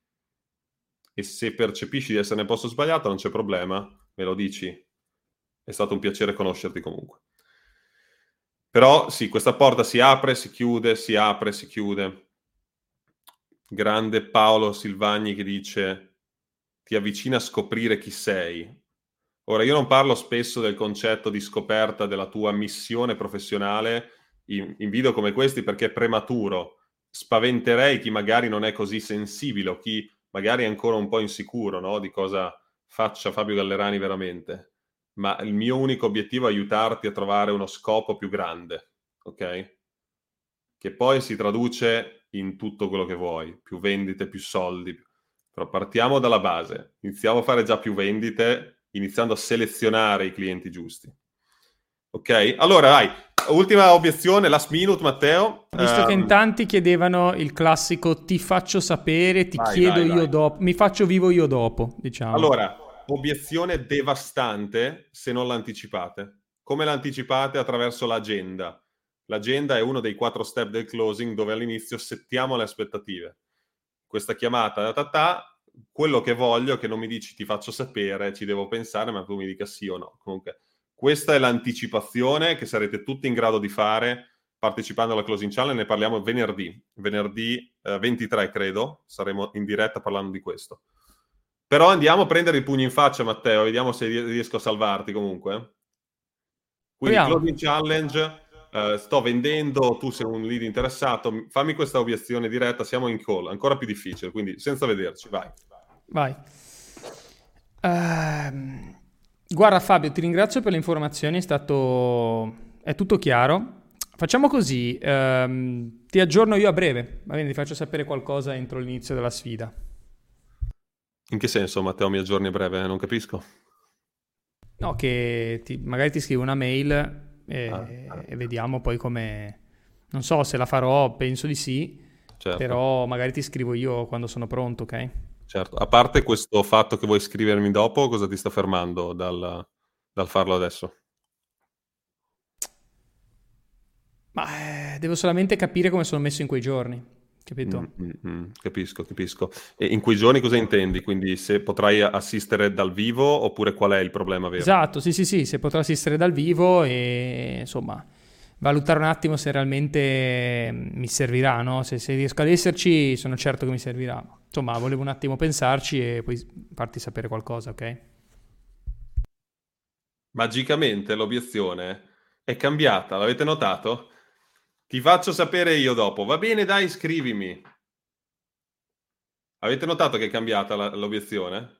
E se percepisci di essere nel posto sbagliato non c'è problema, me lo dici. È stato un piacere conoscerti comunque. Però sì, questa porta si apre, si chiude, si apre, si chiude. Grande Paolo Silvagni che dice: ti avvicina a scoprire chi sei. Ora, io non parlo spesso del concetto di scoperta della tua missione professionale in video come questi perché è prematuro. Spaventerei chi magari non è così sensibile o chi magari è ancora un po' insicuro, no? Di cosa faccia Fabio Gallerani veramente. Ma il mio unico obiettivo è aiutarti a trovare uno scopo più grande, ok? Che poi si traduce in tutto quello che vuoi, più vendite, più soldi. Però partiamo dalla base, iniziamo a fare già più vendite, iniziando a selezionare i clienti giusti. Ok? Allora, vai, ultima obiezione, last minute, Matteo. Visto che in tanti chiedevano il classico ti faccio sapere, ti chiedo io dopo, mi faccio vivo io dopo, diciamo. Allora, obiezione devastante se non l'anticipate. Come l'anticipate? Attraverso l'agenda. L'agenda è uno dei 4 step del closing dove all'inizio settiamo le aspettative. Questa chiamata, quello che voglio, che non mi dici ti faccio sapere, ci devo pensare, ma tu mi dica sì o no. Comunque, questa è l'anticipazione che sarete tutti in grado di fare partecipando alla Closing Challenge. Ne parliamo venerdì 23, credo, saremo in diretta parlando di questo. Però andiamo a prendere il pugno in faccia, Matteo, vediamo se riesco a salvarti comunque. Quindi Closing Challenge, sto vendendo, tu sei un lead interessato, fammi questa obiezione diretta, siamo in call, ancora più difficile, quindi senza vederci, vai. Guarda Fabio, ti ringrazio per le informazioni, è tutto chiaro. Facciamo così, ti aggiorno io a breve, va bene, ti faccio sapere qualcosa entro l'inizio della sfida. In che senso, Matteo, mi aggiorni a breve? Non capisco. No, che magari ti scrivo una mail e vediamo poi come... Non so se la farò, penso di sì, certo. Però magari ti scrivo io quando sono pronto, ok? Certo, a parte questo fatto che vuoi scrivermi dopo, cosa ti sta fermando dal farlo adesso? Ma devo solamente capire come sono messo in quei giorni. Capito? Capisco. E in quei giorni cosa intendi? Quindi se potrai assistere dal vivo oppure qual è il problema vero? Esatto, sì, se potrò assistere dal vivo e insomma valutare un attimo se realmente mi servirà, no? Se riesco ad esserci sono certo che mi servirà. Insomma, volevo un attimo pensarci e poi farti sapere qualcosa, ok? Magicamente l'obiezione è cambiata, l'avete notato? Ti faccio sapere io dopo. Va bene, dai, scrivimi. Avete notato che è cambiata l'obiezione?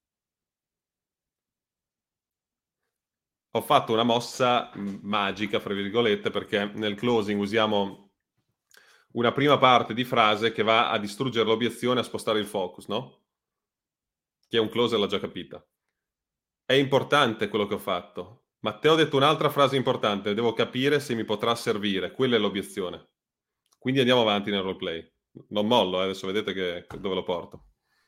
Ho fatto una mossa magica, fra virgolette, perché nel closing usiamo una prima parte di frase che va a distruggere l'obiezione, a spostare il focus, no? Chi è un closer l'ha già capita. È importante quello che ho fatto. Matteo ha detto un'altra frase importante, devo capire se mi potrà servire, quella è l'obiezione. Quindi andiamo avanti nel roleplay. Non mollo, adesso vedete dove lo porto.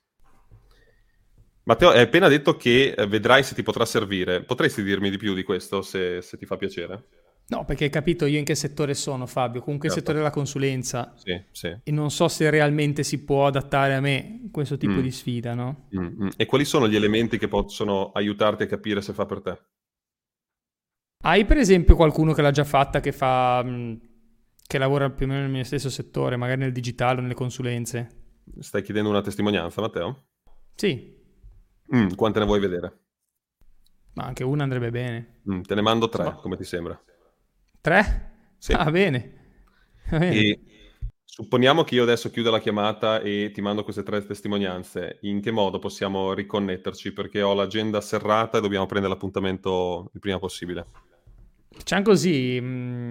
Matteo, hai appena detto che vedrai se ti potrà servire. Potresti dirmi di più di questo, se ti fa piacere? No, perché hai capito io in che settore sono, Fabio, comunque il settore della consulenza. Sì. E non so se realmente si può adattare a me questo tipo di sfida, no? E quali sono gli elementi che possono aiutarti a capire se fa per te? Hai per esempio qualcuno che l'ha già fatta, che lavora più o meno nel mio stesso settore, magari nel digitale o nelle consulenze? Stai chiedendo una testimonianza, Matteo? Sì, Quante ne vuoi vedere? ma anche una andrebbe bene. Te ne mando Insomma, 3, come ti sembra? 3? Sì. Ah, bene. Va bene. E supponiamo che io adesso chiuda la chiamata e ti mando queste 3 testimonianze. In che modo possiamo riconnetterci? Perché ho l'agenda serrata e dobbiamo prendere l'appuntamento il prima possibile. Facciamo così.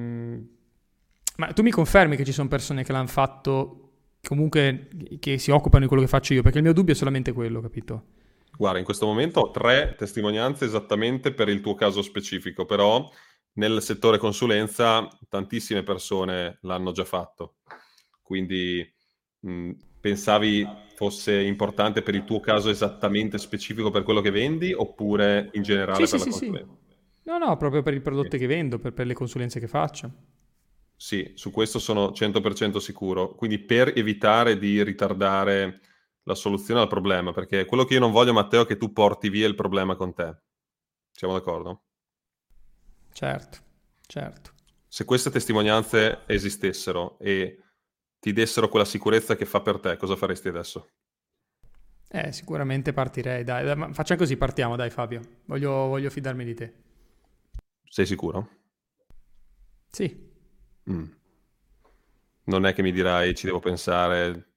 Ma tu mi confermi che ci sono persone che l'hanno fatto comunque che si occupano di quello che faccio io? Perché il mio dubbio è solamente quello, capito? Guarda, in questo momento ho 3 testimonianze esattamente per il tuo caso specifico, però nel settore consulenza tantissime persone l'hanno già fatto. Quindi pensavi fosse importante per il tuo caso esattamente specifico per quello che vendi oppure in Sì, generale sì, per la sì, sì. consulenza? No, no, proprio per i Sì. prodotti che vendo, per le consulenze che faccio. Sì, su questo sono 100% sicuro. Quindi per evitare di ritardare la soluzione al problema, perché quello che io non voglio, Matteo, è che tu porti via il problema con te. Siamo d'accordo? Certo, certo. Se queste testimonianze esistessero e ti dessero quella sicurezza che fa per te, cosa faresti adesso? Sicuramente partirei, dai, ma facciamo così, partiamo, dai Fabio. Voglio fidarmi di te. Sei sicuro? Sì. Mm. Non è che mi dirai ci devo pensare,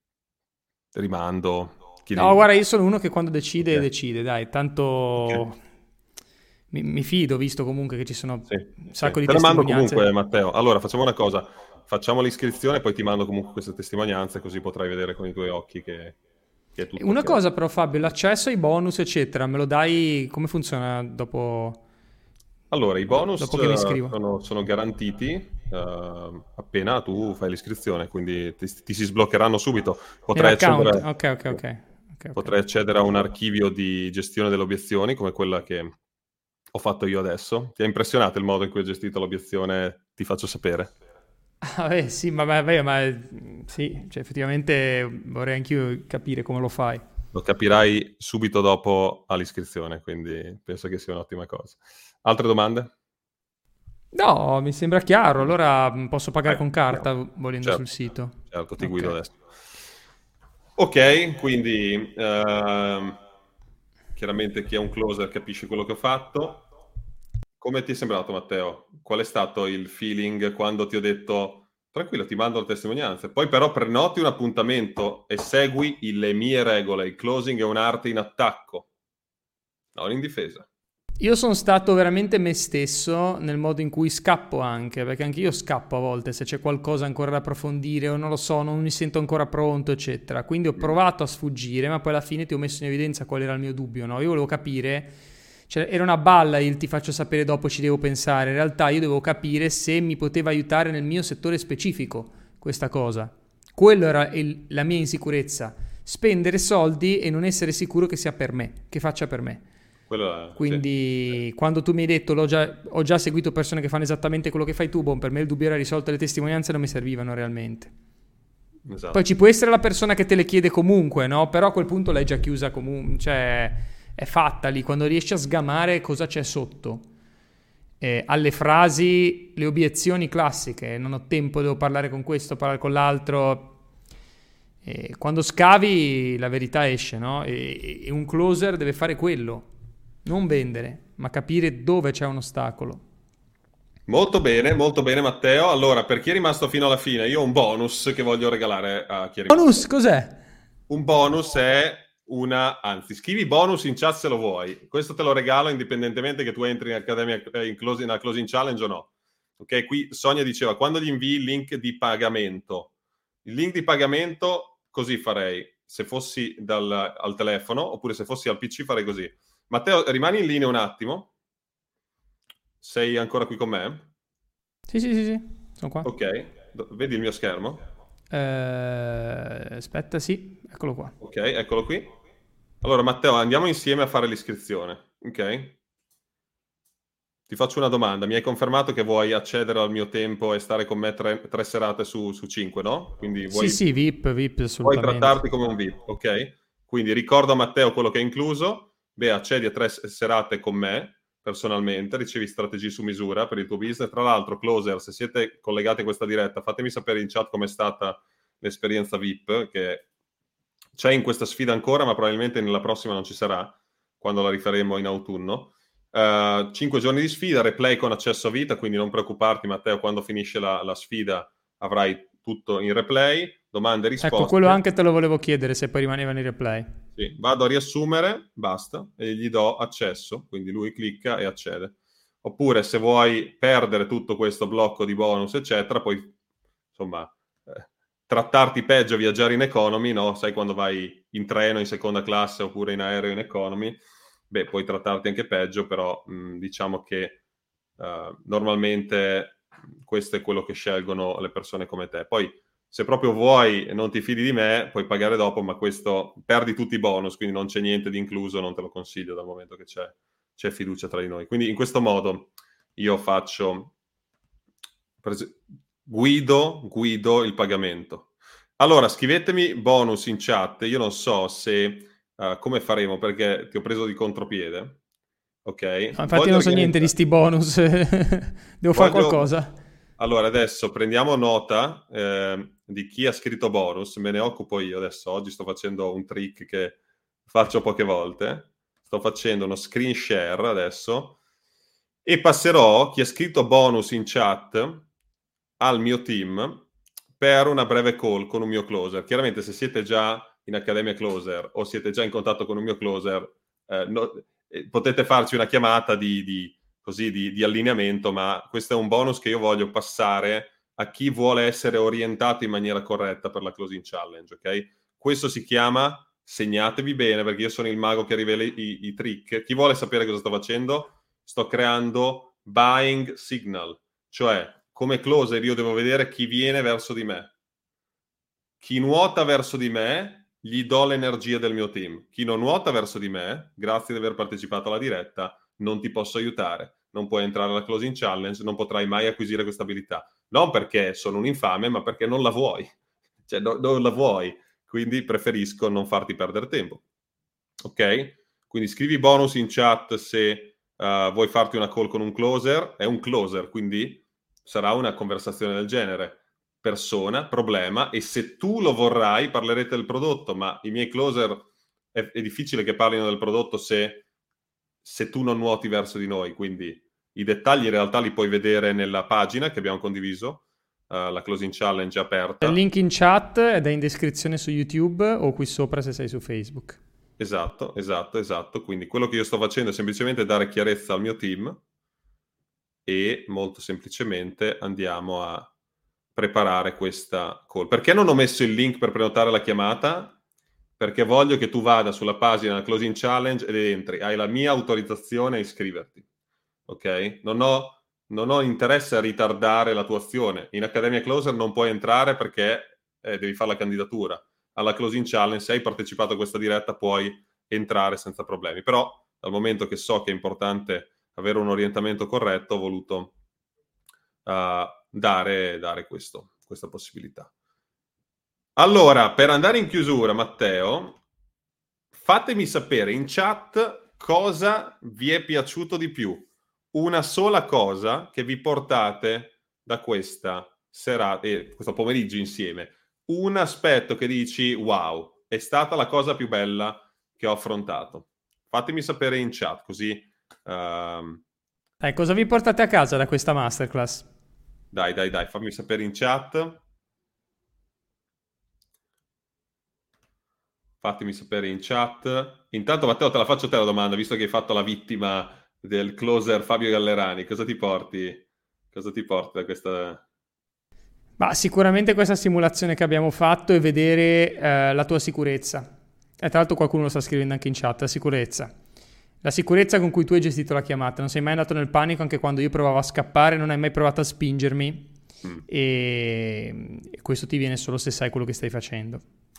rimando, No, chiedi... guarda, io sono uno che quando decide, Ok, decide, dai, ok. tanto mi fido, visto comunque che ci sono Sì, un sì. sacco di Te la mando comunque, testimonianze. Matteo. Allora, facciamo una cosa. Facciamo l'iscrizione e poi ti mando comunque queste testimonianze, così potrai vedere con i tuoi occhi che è tutto Una ok. cosa però Fabio, l'accesso ai bonus eccetera, me lo dai, come funziona dopo, Allora, i bonus dopo che mi iscrivo? sono garantiti appena tu fai l'iscrizione, quindi ti si sbloccheranno subito. Nell'account? Ok, ok, ok. Ok, ok. Potrai accedere a un archivio di gestione delle obiezioni, come quella che ho fatto io adesso. Ti ha impressionato il modo in cui ho gestito l'obiezione? Ti faccio sapere. Ah, beh, sì, sì, cioè, effettivamente vorrei anch'io capire come lo fai. Lo capirai subito dopo all'iscrizione, quindi penso che sia un'ottima cosa. Altre domande? No, mi sembra chiaro, allora posso pagare con carta Andiamo. volendo sul Certo, sito. certo, ti guido Ok. adesso. Ok, quindi chiaramente chi è un closer capisce quello che ho fatto. Come ti è sembrato, Matteo? Qual è stato il feeling quando ti ho detto tranquillo, ti mando le testimonianze? Poi però prenoti un appuntamento e segui le mie regole. Il closing è un'arte in attacco, non in difesa. Io sono stato veramente me stesso nel modo in cui scappo anche, perché anche io scappo a volte se c'è qualcosa ancora da approfondire o non lo so, non mi sento ancora pronto, eccetera. Quindi ho Mm. provato a sfuggire, ma poi alla fine ti ho messo in evidenza qual era il mio dubbio, no? Io volevo capire, cioè era una balla il ti faccio sapere dopo ci devo pensare, in realtà io devo capire se mi poteva aiutare nel mio settore specifico questa cosa. Quello era la mia insicurezza, spendere soldi e non essere sicuro che sia per me, che faccia per me. Sì, Quindi quando tu mi hai detto ho già seguito persone che fanno esattamente quello che fai tu, boh, per me il dubbio era risolto, le testimonianze non mi servivano realmente. Poi esatto. ci può essere la persona che te le chiede comunque, no? Però a quel punto l'hai già chiusa comunque, cioè è fatta lì, quando riesci a sgamare cosa c'è sotto. Alle frasi, le obiezioni classiche, non ho tempo, devo parlare con questo, parlare con l'altro. Quando scavi la verità esce, no? E un closer deve fare quello, non vendere, ma capire dove c'è un ostacolo. Molto bene Matteo. Allora, per chi è rimasto fino alla fine, io ho un bonus che voglio regalare a chi è Bonus, rimasto. cos'è? Un bonus è anzi, scrivi bonus in chat se lo vuoi. Questo te lo regalo indipendentemente che tu entri in Accademia nella Closing Challenge o no. Ok, qui Sonia diceva quando gli invii il link di pagamento. Il link di pagamento così farei se fossi al telefono oppure se fossi al PC farei così. Matteo, rimani in linea un attimo. Sei ancora qui con me? Sì, sì, sì, sì, sono qua. Ok, vedi il mio schermo? Aspetta, sì, eccolo qua. Ok, eccolo qui. Allora, Matteo, andiamo insieme a fare l'iscrizione, ok? Ti faccio una domanda. Mi hai confermato che vuoi accedere al mio tempo e stare con me 3 serate su 5, no? Quindi Sì, sì, VIP, vuoi assolutamente. trattarti come un VIP, ok? Quindi ricordo a Matteo quello che è incluso. Beh, accedi a 3 serate con me. personalmente, ricevi strategie su misura per il tuo business. Tra l'altro, closer, se siete collegati a questa diretta, fatemi sapere in chat com'è stata l'esperienza VIP, che c'è in questa sfida ancora, ma probabilmente nella prossima non ci sarà, quando la rifaremo in autunno. 5 giorni di sfida, replay con accesso a vita, quindi non preoccuparti, Matteo, quando finisce la sfida avrai tutto in replay, domande e risposte. Ecco, quello anche te lo volevo chiedere, se poi rimanevano i replay. Sì, vado a riassumere, basta, e gli do accesso, quindi lui clicca e accede. Oppure se vuoi perdere tutto questo blocco di bonus, eccetera, puoi, insomma, trattarti peggio, viaggiare in economy, no? Sai, quando vai in treno in seconda classe oppure in aereo in economy, beh, puoi trattarti anche peggio, però diciamo che normalmente questo è quello che scelgono le persone come te. Poi, se proprio vuoi e non ti fidi di me, puoi pagare dopo, ma questo perdi tutti i bonus, quindi non c'è niente di incluso, non te lo consiglio dal momento che c'è fiducia tra di noi. Quindi in questo modo io faccio, guido il pagamento. Allora, scrivetemi bonus in chat, io non so se come faremo, perché ti ho preso di contropiede. Ok? No, infatti non so niente di sti bonus, devo fare qualcosa. Allora, adesso prendiamo nota di chi ha scritto bonus, me ne occupo io adesso. Oggi sto facendo un trick che faccio poche volte. Sto facendo uno screen share adesso e passerò chi ha scritto bonus in chat al mio team per una breve call con un mio closer. Chiaramente, se siete già in Accademia Closer o siete già in contatto con un mio closer, potete farci una chiamata di allineamento, ma questo è un bonus che io voglio passare a chi vuole essere orientato in maniera corretta per la Closing Challenge, ok? Questo si chiama, segnatevi bene, perché io sono il mago che rivela i trick. Chi vuole sapere cosa sto facendo? Sto creando buying signal, cioè come closer io devo vedere chi viene verso di me. Chi nuota verso di me, gli do l'energia del mio team. Chi non nuota verso di me, grazie di aver partecipato alla diretta, non ti posso aiutare. Non puoi entrare alla Closing Challenge, non potrai mai acquisire questa abilità. Non perché sono un infame, ma perché non la vuoi. Cioè, non la vuoi. Quindi preferisco non farti perdere tempo. Ok? Quindi scrivi bonus in chat se vuoi farti una call con un closer. È un closer, quindi sarà una conversazione del genere. Persona, problema, e se tu lo vorrai parlerete del prodotto, ma i miei closer è difficile che parlino del prodotto se tu non nuoti verso di noi, quindi i dettagli in realtà li puoi vedere nella pagina che abbiamo condiviso, la Closing Challenge è aperta. Il link in chat ed è in descrizione su YouTube o qui sopra se sei su Facebook. Esatto, quindi quello che io sto facendo è semplicemente dare chiarezza al mio team e molto semplicemente andiamo a preparare questa call. Perché non ho messo il link per prenotare la chiamata? Perché voglio che tu vada sulla pagina della Closing Challenge ed entri. Hai la mia autorizzazione a iscriverti. Ok? Non ho interesse a ritardare la tua azione. In Accademia Closer non puoi entrare perché devi fare la candidatura. Alla Closing Challenge, se hai partecipato a questa diretta, puoi entrare senza problemi. Però, dal momento che so che è importante avere un orientamento corretto, ho voluto dare questa possibilità. Allora, per andare in chiusura, Matteo, fatemi sapere in chat cosa vi è piaciuto di più. Una sola cosa che vi portate da questa serata, questo pomeriggio insieme. Un aspetto che dici, wow, è stata la cosa più bella che ho affrontato. Fatemi sapere in chat, così... cosa vi portate a casa da questa masterclass? Dai, fammi sapere in chat. Fatemi sapere in chat. Intanto, Matteo, te la faccio te la domanda, visto che hai fatto la vittima del closer Fabio Gallerani. Cosa ti porti da questa... Ma sicuramente questa simulazione che abbiamo fatto è vedere la tua sicurezza. E tra l'altro qualcuno lo sta scrivendo anche in chat, la sicurezza. La sicurezza con cui tu hai gestito la chiamata. Non sei mai andato nel panico anche quando io provavo a scappare, non hai mai provato a spingermi. E questo ti viene solo se sai quello che stai facendo.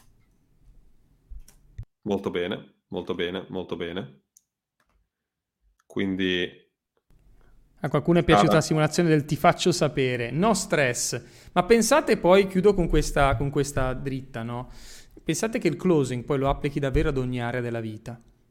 Molto bene. Quindi... A qualcuno è piaciuta la simulazione del ti faccio sapere. No stress. Ma pensate poi, chiudo con questa dritta, no? Pensate che il closing poi lo applichi davvero ad ogni area della vita.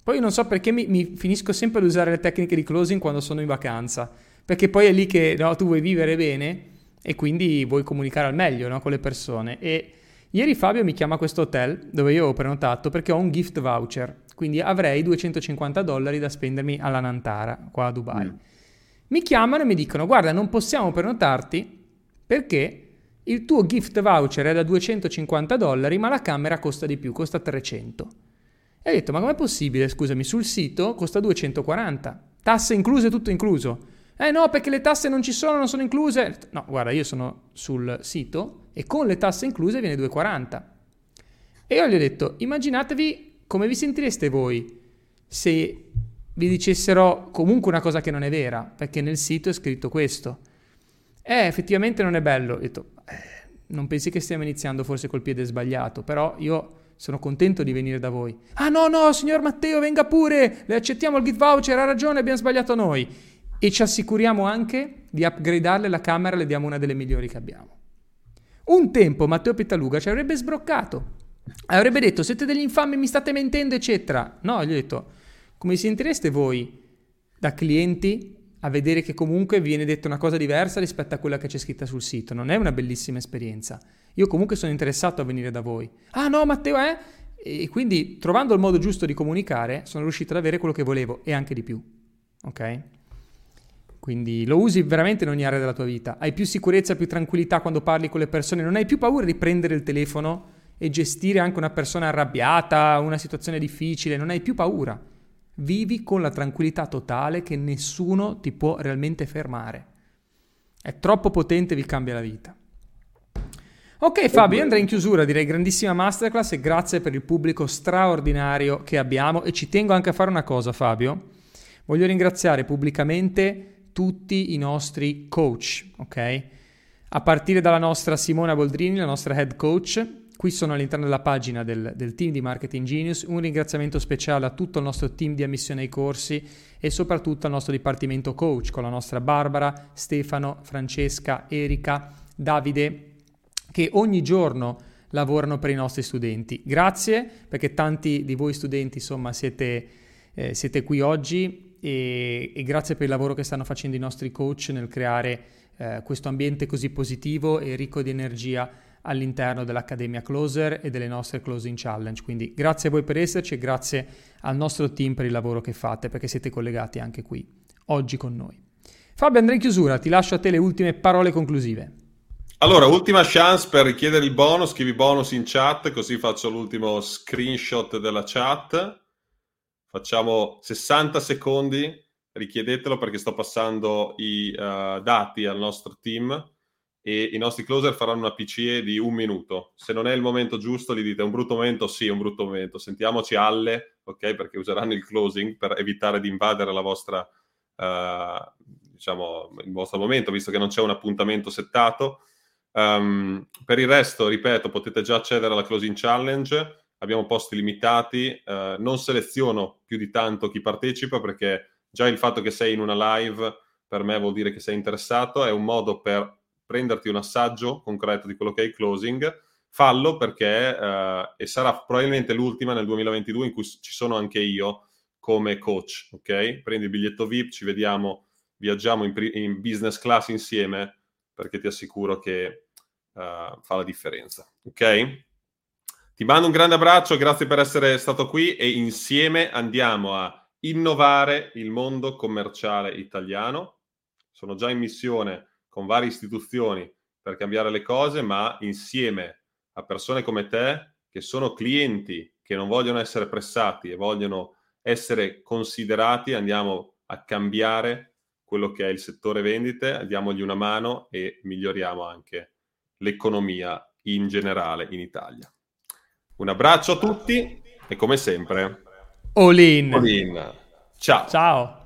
Poi non so perché mi finisco sempre ad usare le tecniche di closing quando sono in vacanza, perché poi è lì che no, tu vuoi vivere bene e quindi vuoi comunicare al meglio, no, con le persone. E ieri Fabio mi chiama a questo hotel dove io ho prenotato perché ho un gift voucher, quindi avrei $250 da spendermi alla Nantara, qua a Dubai. Mi chiamano e mi dicono: guarda, non possiamo prenotarti perché il tuo gift voucher è da $250, ma la camera costa di più, costa 300. E ho detto: ma com'è possibile? Scusami, sul sito costa 240, tasse incluse, tutto incluso. No, perché le tasse non ci sono, non sono incluse. No, guarda, io sono sul sito e con le tasse incluse viene 240. E io gli ho detto: immaginatevi come vi sentireste voi se vi dicessero comunque una cosa che non è vera, perché nel sito è scritto questo. Effettivamente non è bello. Ho detto: non pensi che stiamo iniziando forse col piede sbagliato, però io sono contento di venire da voi. Ah no, signor Matteo, venga pure, le accettiamo il gift voucher, ha ragione, abbiamo sbagliato noi. E ci assicuriamo anche di upgradarle la camera, le diamo una delle migliori che abbiamo. Un tempo Matteo Pittaluga ci avrebbe sbroccato, avrebbe detto: siete degli infami, mi state mentendo, eccetera. No, gli ho detto: come sentireste voi da clienti a vedere che comunque viene detta una cosa diversa rispetto a quella che c'è scritta sul sito? Non è una bellissima esperienza. Io comunque sono interessato a venire da voi. Ah no, Matteo, E quindi, trovando il modo giusto di comunicare, sono riuscito ad avere quello che volevo e anche di più. Ok? Quindi lo usi veramente in ogni area della tua vita. Hai più sicurezza, più tranquillità quando parli con le persone. Non hai più paura di prendere il telefono e gestire anche una persona arrabbiata, una situazione difficile. Non hai più paura. Vivi con la tranquillità totale che nessuno ti può realmente fermare. È troppo potente, vi cambia la vita. Ok Fabio, io andrei in chiusura, direi grandissima masterclass e grazie per il pubblico straordinario che abbiamo. E ci tengo anche a fare una cosa, Fabio. Voglio ringraziare pubblicamente tutti i nostri coach, ok? A partire dalla nostra Simona Boldrini, la nostra head coach. Qui sono all'interno della pagina del team di Marketing Genius. Un ringraziamento speciale a tutto il nostro team di ammissione ai corsi e soprattutto al nostro dipartimento coach con la nostra Barbara, Stefano, Francesca, Erika, Davide, che ogni giorno lavorano per i nostri studenti. Grazie, perché tanti di voi studenti insomma siete qui oggi e grazie per il lavoro che stanno facendo i nostri coach nel creare questo ambiente così positivo e ricco di energia all'interno dell'Accademia Closer e delle nostre Closing Challenge. Quindi grazie a voi per esserci e grazie al nostro team per il lavoro che fate, perché siete collegati anche qui oggi con noi. Fabio, andrei in chiusura, ti lascio a te le ultime parole conclusive. Allora, ultima chance per richiedere il bonus, scrivi bonus in chat, così faccio l'ultimo screenshot della chat. Facciamo 60 secondi, richiedetelo perché sto passando i dati al nostro team e i nostri closer faranno una PCE di 1 minuto. Se non è il momento giusto, gli dite: è un brutto momento? Sì, è un brutto momento. Sentiamoci alle, ok? Perché useranno il closing per evitare di invadere la vostra, il vostro momento, visto che non c'è un appuntamento settato. Per il resto, ripeto, potete già accedere alla Closing Challenge. Abbiamo posti limitati. Non seleziono più di tanto chi partecipa perché già il fatto che sei in una live per me vuol dire che sei interessato. È un modo per prenderti un assaggio concreto di quello che è il closing. Fallo perché e sarà probabilmente l'ultima nel 2022 in cui ci sono anche io come coach, ok? Prendi il biglietto VIP, ci vediamo, viaggiamo in business class insieme perché ti assicuro che fa la differenza, ok? Ti mando un grande abbraccio, grazie per essere stato qui e insieme andiamo a innovare il mondo commerciale italiano. Sono già in missione con varie istituzioni per cambiare le cose, ma insieme a persone come te che sono clienti, che non vogliono essere pressati e vogliono essere considerati, andiamo a cambiare quello che è il settore vendite, diamogli una mano e miglioriamo anche l'economia in generale in Italia. Un abbraccio a tutti e come sempre, All in. all in. Ciao. Ciao.